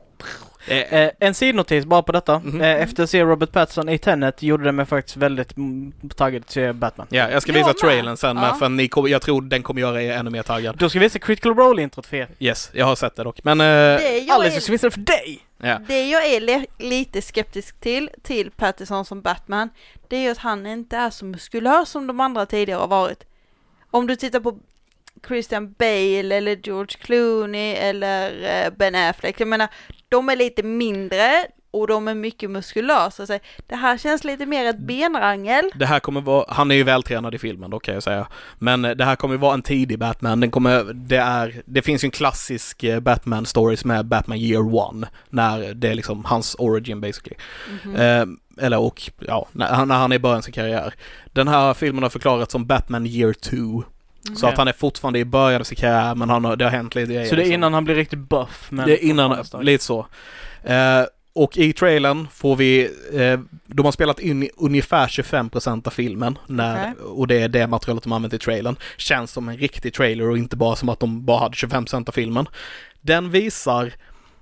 Eh, eh, en sidnotis bara på detta. Mm-hmm. Eh, efter att se Robert Pattinson i Tenet gjorde det mig faktiskt väldigt m- taggad att se Batman. Ja, jag ska visa trailern sen, ja. Men för ni kom, jag tror den kommer göra er ännu mer taggad. Då ska vi visa Critical Role-introt för er. Yes, jag har sett det dock. Men... Eh, Alice, är... ska visa det för dig! Ja. Det jag är le- lite skeptisk till, till Pattinson som Batman, det är ju att han inte är så muskulös som de andra tidigare har varit. Om du tittar på Christian Bale eller George Clooney eller eh, Ben Affleck, jag menar, de är lite mindre och de är mycket muskulösa. Så det här känns lite mer ett benrangel. Det här kommer vara, han är ju vältränad i filmen, då kan jag säga. Men det här kommer vara en tidig Batman. Den kommer, det, är, det finns ju en klassisk Batman stories med Batman Year One. När det är liksom hans origin basically. Mm-hmm. Eh, eller och, ja, när, när han är i början av sin karriär. Den här filmen har förklarats som Batman Year Two. Mm. Så att han är fortfarande i början av sin karriär, men han har, det har hänt lite grejer. Så det är liksom. Innan han blir riktigt buff? Men det är innan, lite så. Eh, och i trailern får vi, eh, de har spelat in ungefär tjugofem procent av filmen, när, okay. och det är det materialet de använt i trailern. Känns som en riktig trailer och inte bara som att de bara hade tjugofem procent av filmen. Den visar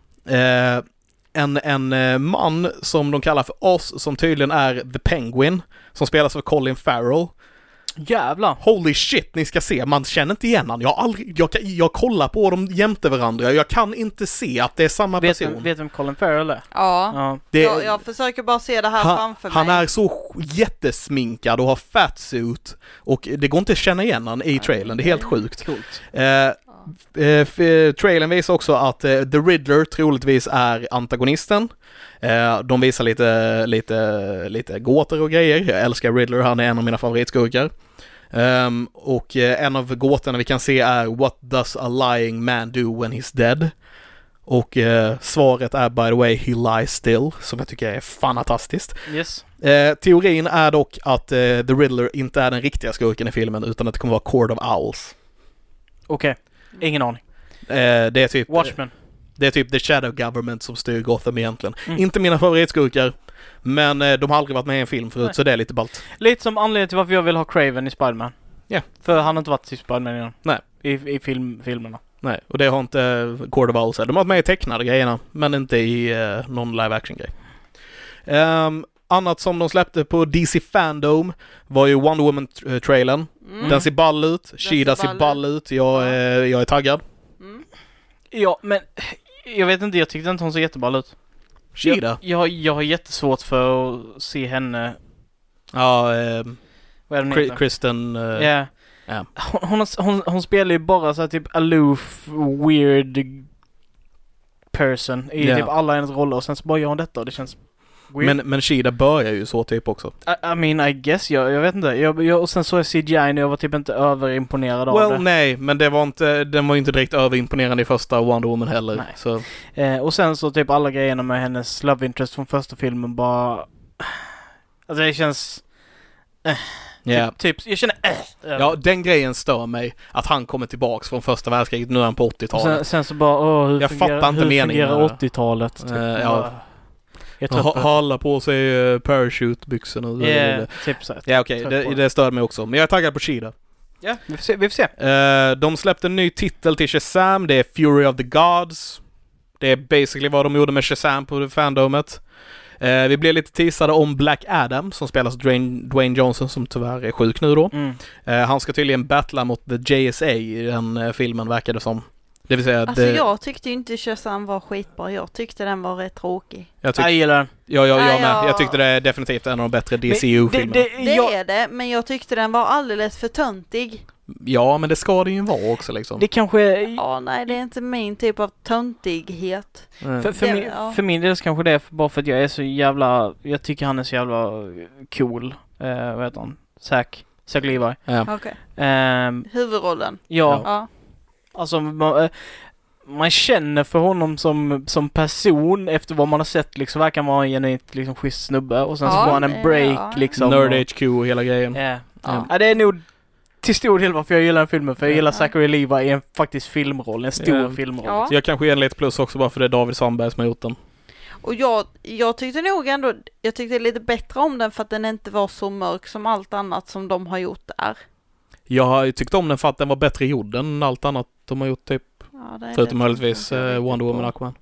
eh, en, en man som de kallar för Oz, som tydligen är The Penguin, som spelas av Colin Farrell. Jävlar. Holy shit, ni ska se. Man känner inte igen han. Jag har aldrig, jag, jag kollar på dem jämte varandra. Jag kan inte se att det är samma vet person. Vem, vet vem Colin Farrell är? Ja, ja. Det, jag, jag försöker bara se det här han, framför han mig. är så jättesminkad och har fatsuit och det går inte att känna igen han i trailern. Det är helt sjukt. Coolt. Eh, eh, trailern visar också att eh, The Riddler troligtvis är antagonisten. Eh, de visar lite, lite, lite gåtor och grejer. Jag älskar Riddler, han är en av mina favoritskurkar. Um, och eh, en av gåtorna vi kan se är What does a lying man do when he's dead? Och eh, svaret är by the way he lies still, som jag tycker är fantastiskt. Yes. Eh, teorin är dock att eh, The Riddler inte är den riktiga skurken i filmen utan att det kommer vara Court of Owls. Okej, okay. Ingen aning. Eh, det är typ Watchmen. Det är typ The Shadow Government som styr Gotham egentligen. Mm. Inte mina favoritskurkar, men eh, de har aldrig varit med i en film förut. Nej. Så det är lite ballt. Lite som anledningen till varför jag vill ha Craven i Spider-Man. Ja. Yeah. För han har inte varit i Spider-Man innan. Nej. I, i film, filmerna. Nej, och det har inte uh, Court of Owls. De har varit med i tecknade grejerna, men inte i uh, någon live action grej. Um, annat som de släppte på D C Fandom var ju Wonder Woman-trailern. Mm. Den ser ball ut. Shida ser ball ut. Jag, ja. uh, jag är taggad. Mm. Ja, men jag vet inte, jag tyckte inte hon så jätteball ut. Shida? Jag, jag, jag har jättesvårt för att se henne. Ja, uh, vad är det Kri- Kristen... Uh, yeah. Yeah. Hon, hon, hon, hon spelar ju bara så här typ aloof, weird person i yeah. typ alla hennes roller och sen så bara gör hon detta och det känns weird. Men, men Shida börjar ju så typ också. I, I mean, I guess, jag, jag vet inte. Jag, jag, och sen så är C G I och jag var typ inte överimponerad well, av det. Nej, men det var inte, den var inte direkt överimponerande i första Wonder Woman heller. Nej. Så. Eh, och sen så typ alla grejerna med hennes love interest från första filmen bara... Alltså det känns... Eh. Yeah. Typ, typ, jag känner äh, ja, den grejen stör mig. Att han kommer tillbaks från första världskriget. Nu är han på åttiotalet. Sen, sen så bara, åh, hur jag fungerar, fattar inte hur meningen fungerar åttiotalet? Typ. Uh, ja. Jag tror ha, Hålla på sig uh, parachutebyxor nu. Yeah, typ så. Ja, okej. Okay. Det, det stör mig också. Men jag är taggad på Shida. Ja, yeah, vi får se. Vi får se. Uh, de släppte en ny titel till Shazam. Det är Fury of the Gods. Det är basically vad de gjorde med Shazam på fandomet. Uh, vi blev lite teasade om Black Adam som spelas av Dwayne, Dwayne Johnson som tyvärr är sjuk nu då. Mm. Uh, han ska tydligen battla mot The J S A i den uh, filmen verkar det som. Det vill säga alltså det... jag tyckte ju inte Shazam var skitbra. Jag tyckte den var rätt tråkig. Jag, tyck... jag gillar den. Ja, jag, jag, Nej, med. jag... jag tyckte det är definitivt en av de bättre D C U-filmerna. Det, det, det jag... är det, men jag tyckte den var alldeles för töntig. Ja, men det ska det ju vara också liksom. Det kanske... Ja, nej, det är inte min typ av töntighet. Mm. För, för, det, min, ja. för min del kanske det är bara för att jag är så jävla... Jag tycker han är så jävla cool. Eh, vad heter han? Zack. Zack Levi. Ja. Okej. Okay. Eh, Huvudrollen. Ja. ja. Alltså... Man, man känner för honom som, som person efter vad man har sett liksom verkar vara en genuint liksom schysst snubbe och sen ja, så får han en break ja. liksom. Nerd H Q och hela grejen. Yeah. Ja. Ja, det är nog till stor del varför jag gillar den filmen, för jag gillar ja. Zachary Levi i en faktiskt filmroll, en stor yeah. filmroll. Ja. Så jag kanske ger en lite plus också bara för det är David Sandberg som har gjort den. Och jag, jag tyckte nog ändå, jag tyckte lite bättre om den för att den inte var så mörk som allt annat som de har gjort där. Jag har tyckt om den för att den var bättre gjord än allt annat de har gjort typ. Ja, förutom möjligtvis uh, Wonder Woman och Aquaman.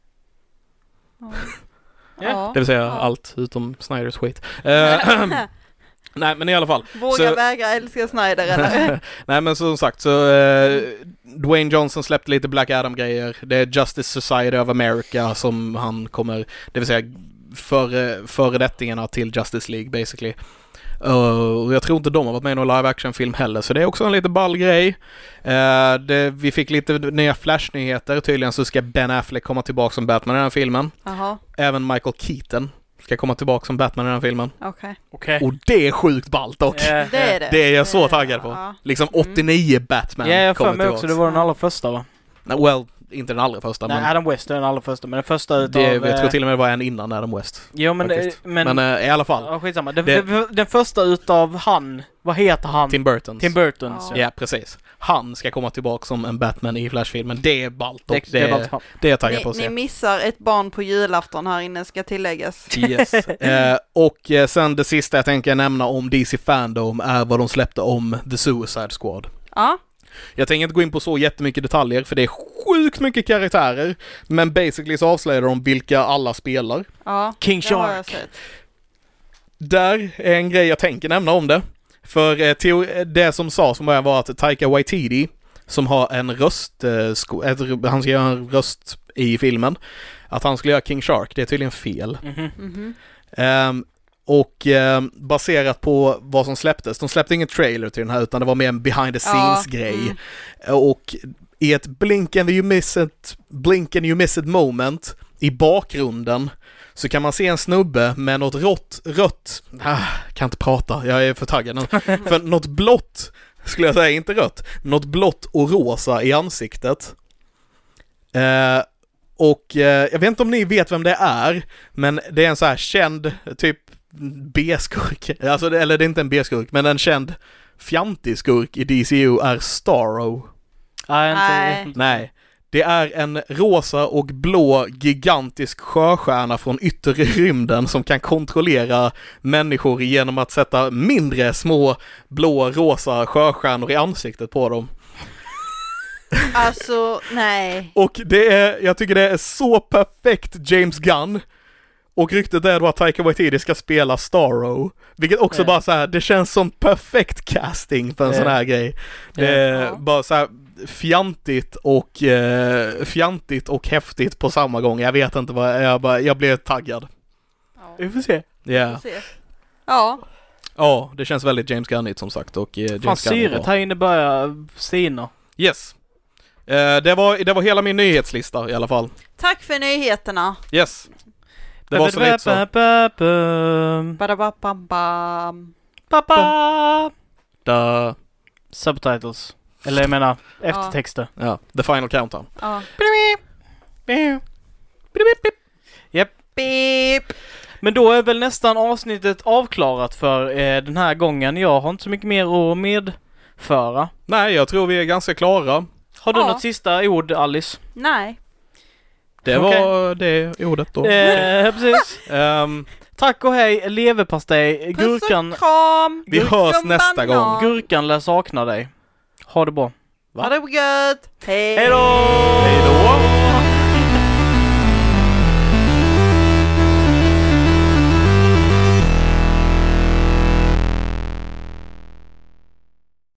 Ja. Ja. Det vill säga ja. allt utom Snyders skit. Uh, nej, men i alla fall. Våga så... vägra älska Snyder eller? Nej, men som sagt så uh, Dwayne Johnson släppte lite Black Adam-grejer. Det är Justice Society of America som han kommer, det vill säga före, föredettingarna till Justice League basically. Uh, och jag tror inte de har varit med i någon live action-film heller, så det är också en lite ball grej. Uh, det, vi fick lite nya Flash-nyheter. Tydligen så ska Ben Affleck komma tillbaka som Batman i den här filmen. Aha. Även Michael Keaton ska komma tillbaka som Batman i den här filmen. Okay. Okay. Och det är sjukt ballt dock. Yeah. Det är det. Det är jag så taggad på. Ja. Liksom åttionio mm. Batman yeah, jag kommer för mig tillbaka. också, det var den allra första va? Well, inte den allra första. Nej, men Adam West är den allra första, men den första utav... Det, jag tror till och med det var en innan Adam West. Jo, men... Det, men men äh, i alla fall. Ja, skitsamma. Den, det, den, den första utav han, vad heter han? Tim Burton. Tim Burton. Ja. ja, precis. Han ska komma tillbaka som en Batman i Flash-filmen. Det är ballt. Det, det, det, är, det är jag taggad på att se. Ni missar ett barn på julafton här inne, ska tilläggas. Yes. eh, och eh, sen det sista jag tänker nämna om D C Fandom är vad de släppte om The Suicide Squad. Ja. Jag tänker inte gå in på så jättemycket detaljer för det är sjukt mycket karaktärer, men basically så avslöjar de vilka alla spelar. Ja, King Shark. Där är en grej jag tänker nämna om det. För eh, teori- det som sades från början var att Taika Waititi, som har en röst, eh, sko- ett, han ska göra en röst i filmen, att han skulle göra King Shark. Det är tydligen fel. Mm-hmm. Mm-hmm. Um, och um, baserat på vad som släpptes, de släppte ingen trailer till den här utan det var mer en behind the scenes ja, grej. Mm. Och i ett blink and you miss it, blink and you miss it moment i bakgrunden så kan man se en snubbe med något rått, rött, ah, kan inte prata, jag är för taggad. För något blått, skulle jag säga, inte rött, något blått och rosa i ansiktet. Uh, och uh, jag vet inte om ni vet vem det är, men det är en så här känd typ B-skurk, alltså, eller det är inte en B-skurk, men en känd fjantig skurk i D C U är Starro. Nej, inte. Nej. Det är en rosa och blå gigantisk sjöstjärna från yttre rymden som kan kontrollera människor genom att sätta mindre små blå rosa sjöstjärnor i ansiktet på dem. Alltså, nej. Och det är, jag tycker det är så perfekt James Gunn. Och ryktet är då att Taika Waititi ska spela Starro. Vilket också yeah. bara så här, det känns som perfekt casting för en yeah. sån här grej. Det är yeah. bara så här fjantigt och eh, fjantigt och häftigt på samma gång. Jag vet inte vad, jag bara, jag blev taggad. Ja. Vi får se. Yeah. Vi får se. Ja. Ja, det känns väldigt James Gunnigt som sagt. Och, eh, Fan, syret här inne börjar sina. Yes. Eh, det, var, det var hela min nyhetslista i alla fall. Tack för nyheterna. Yes. Det var så lite så. Badababam. Pappa. Da. Subtitles. Eller jag menar eftertexter. Ja, the final countdown. Ja. Japp. Beep. Men då är väl nästan avsnittet avklarat för eh, den här gången. Jag har inte så mycket mer att medföra. Nej, jag tror vi är ganska klara. Har du ja. något sista ord, Alice? Nej. Det okay. var det ordet då. Eh, precis. um, Tack och hej, leverpastej. Gurkan. Puss och kram. Vi hörs nästa gång. Gurkan lär sakna dig. Ha det bra. Va? Ha det gött. Hej. Hej då! Hej då!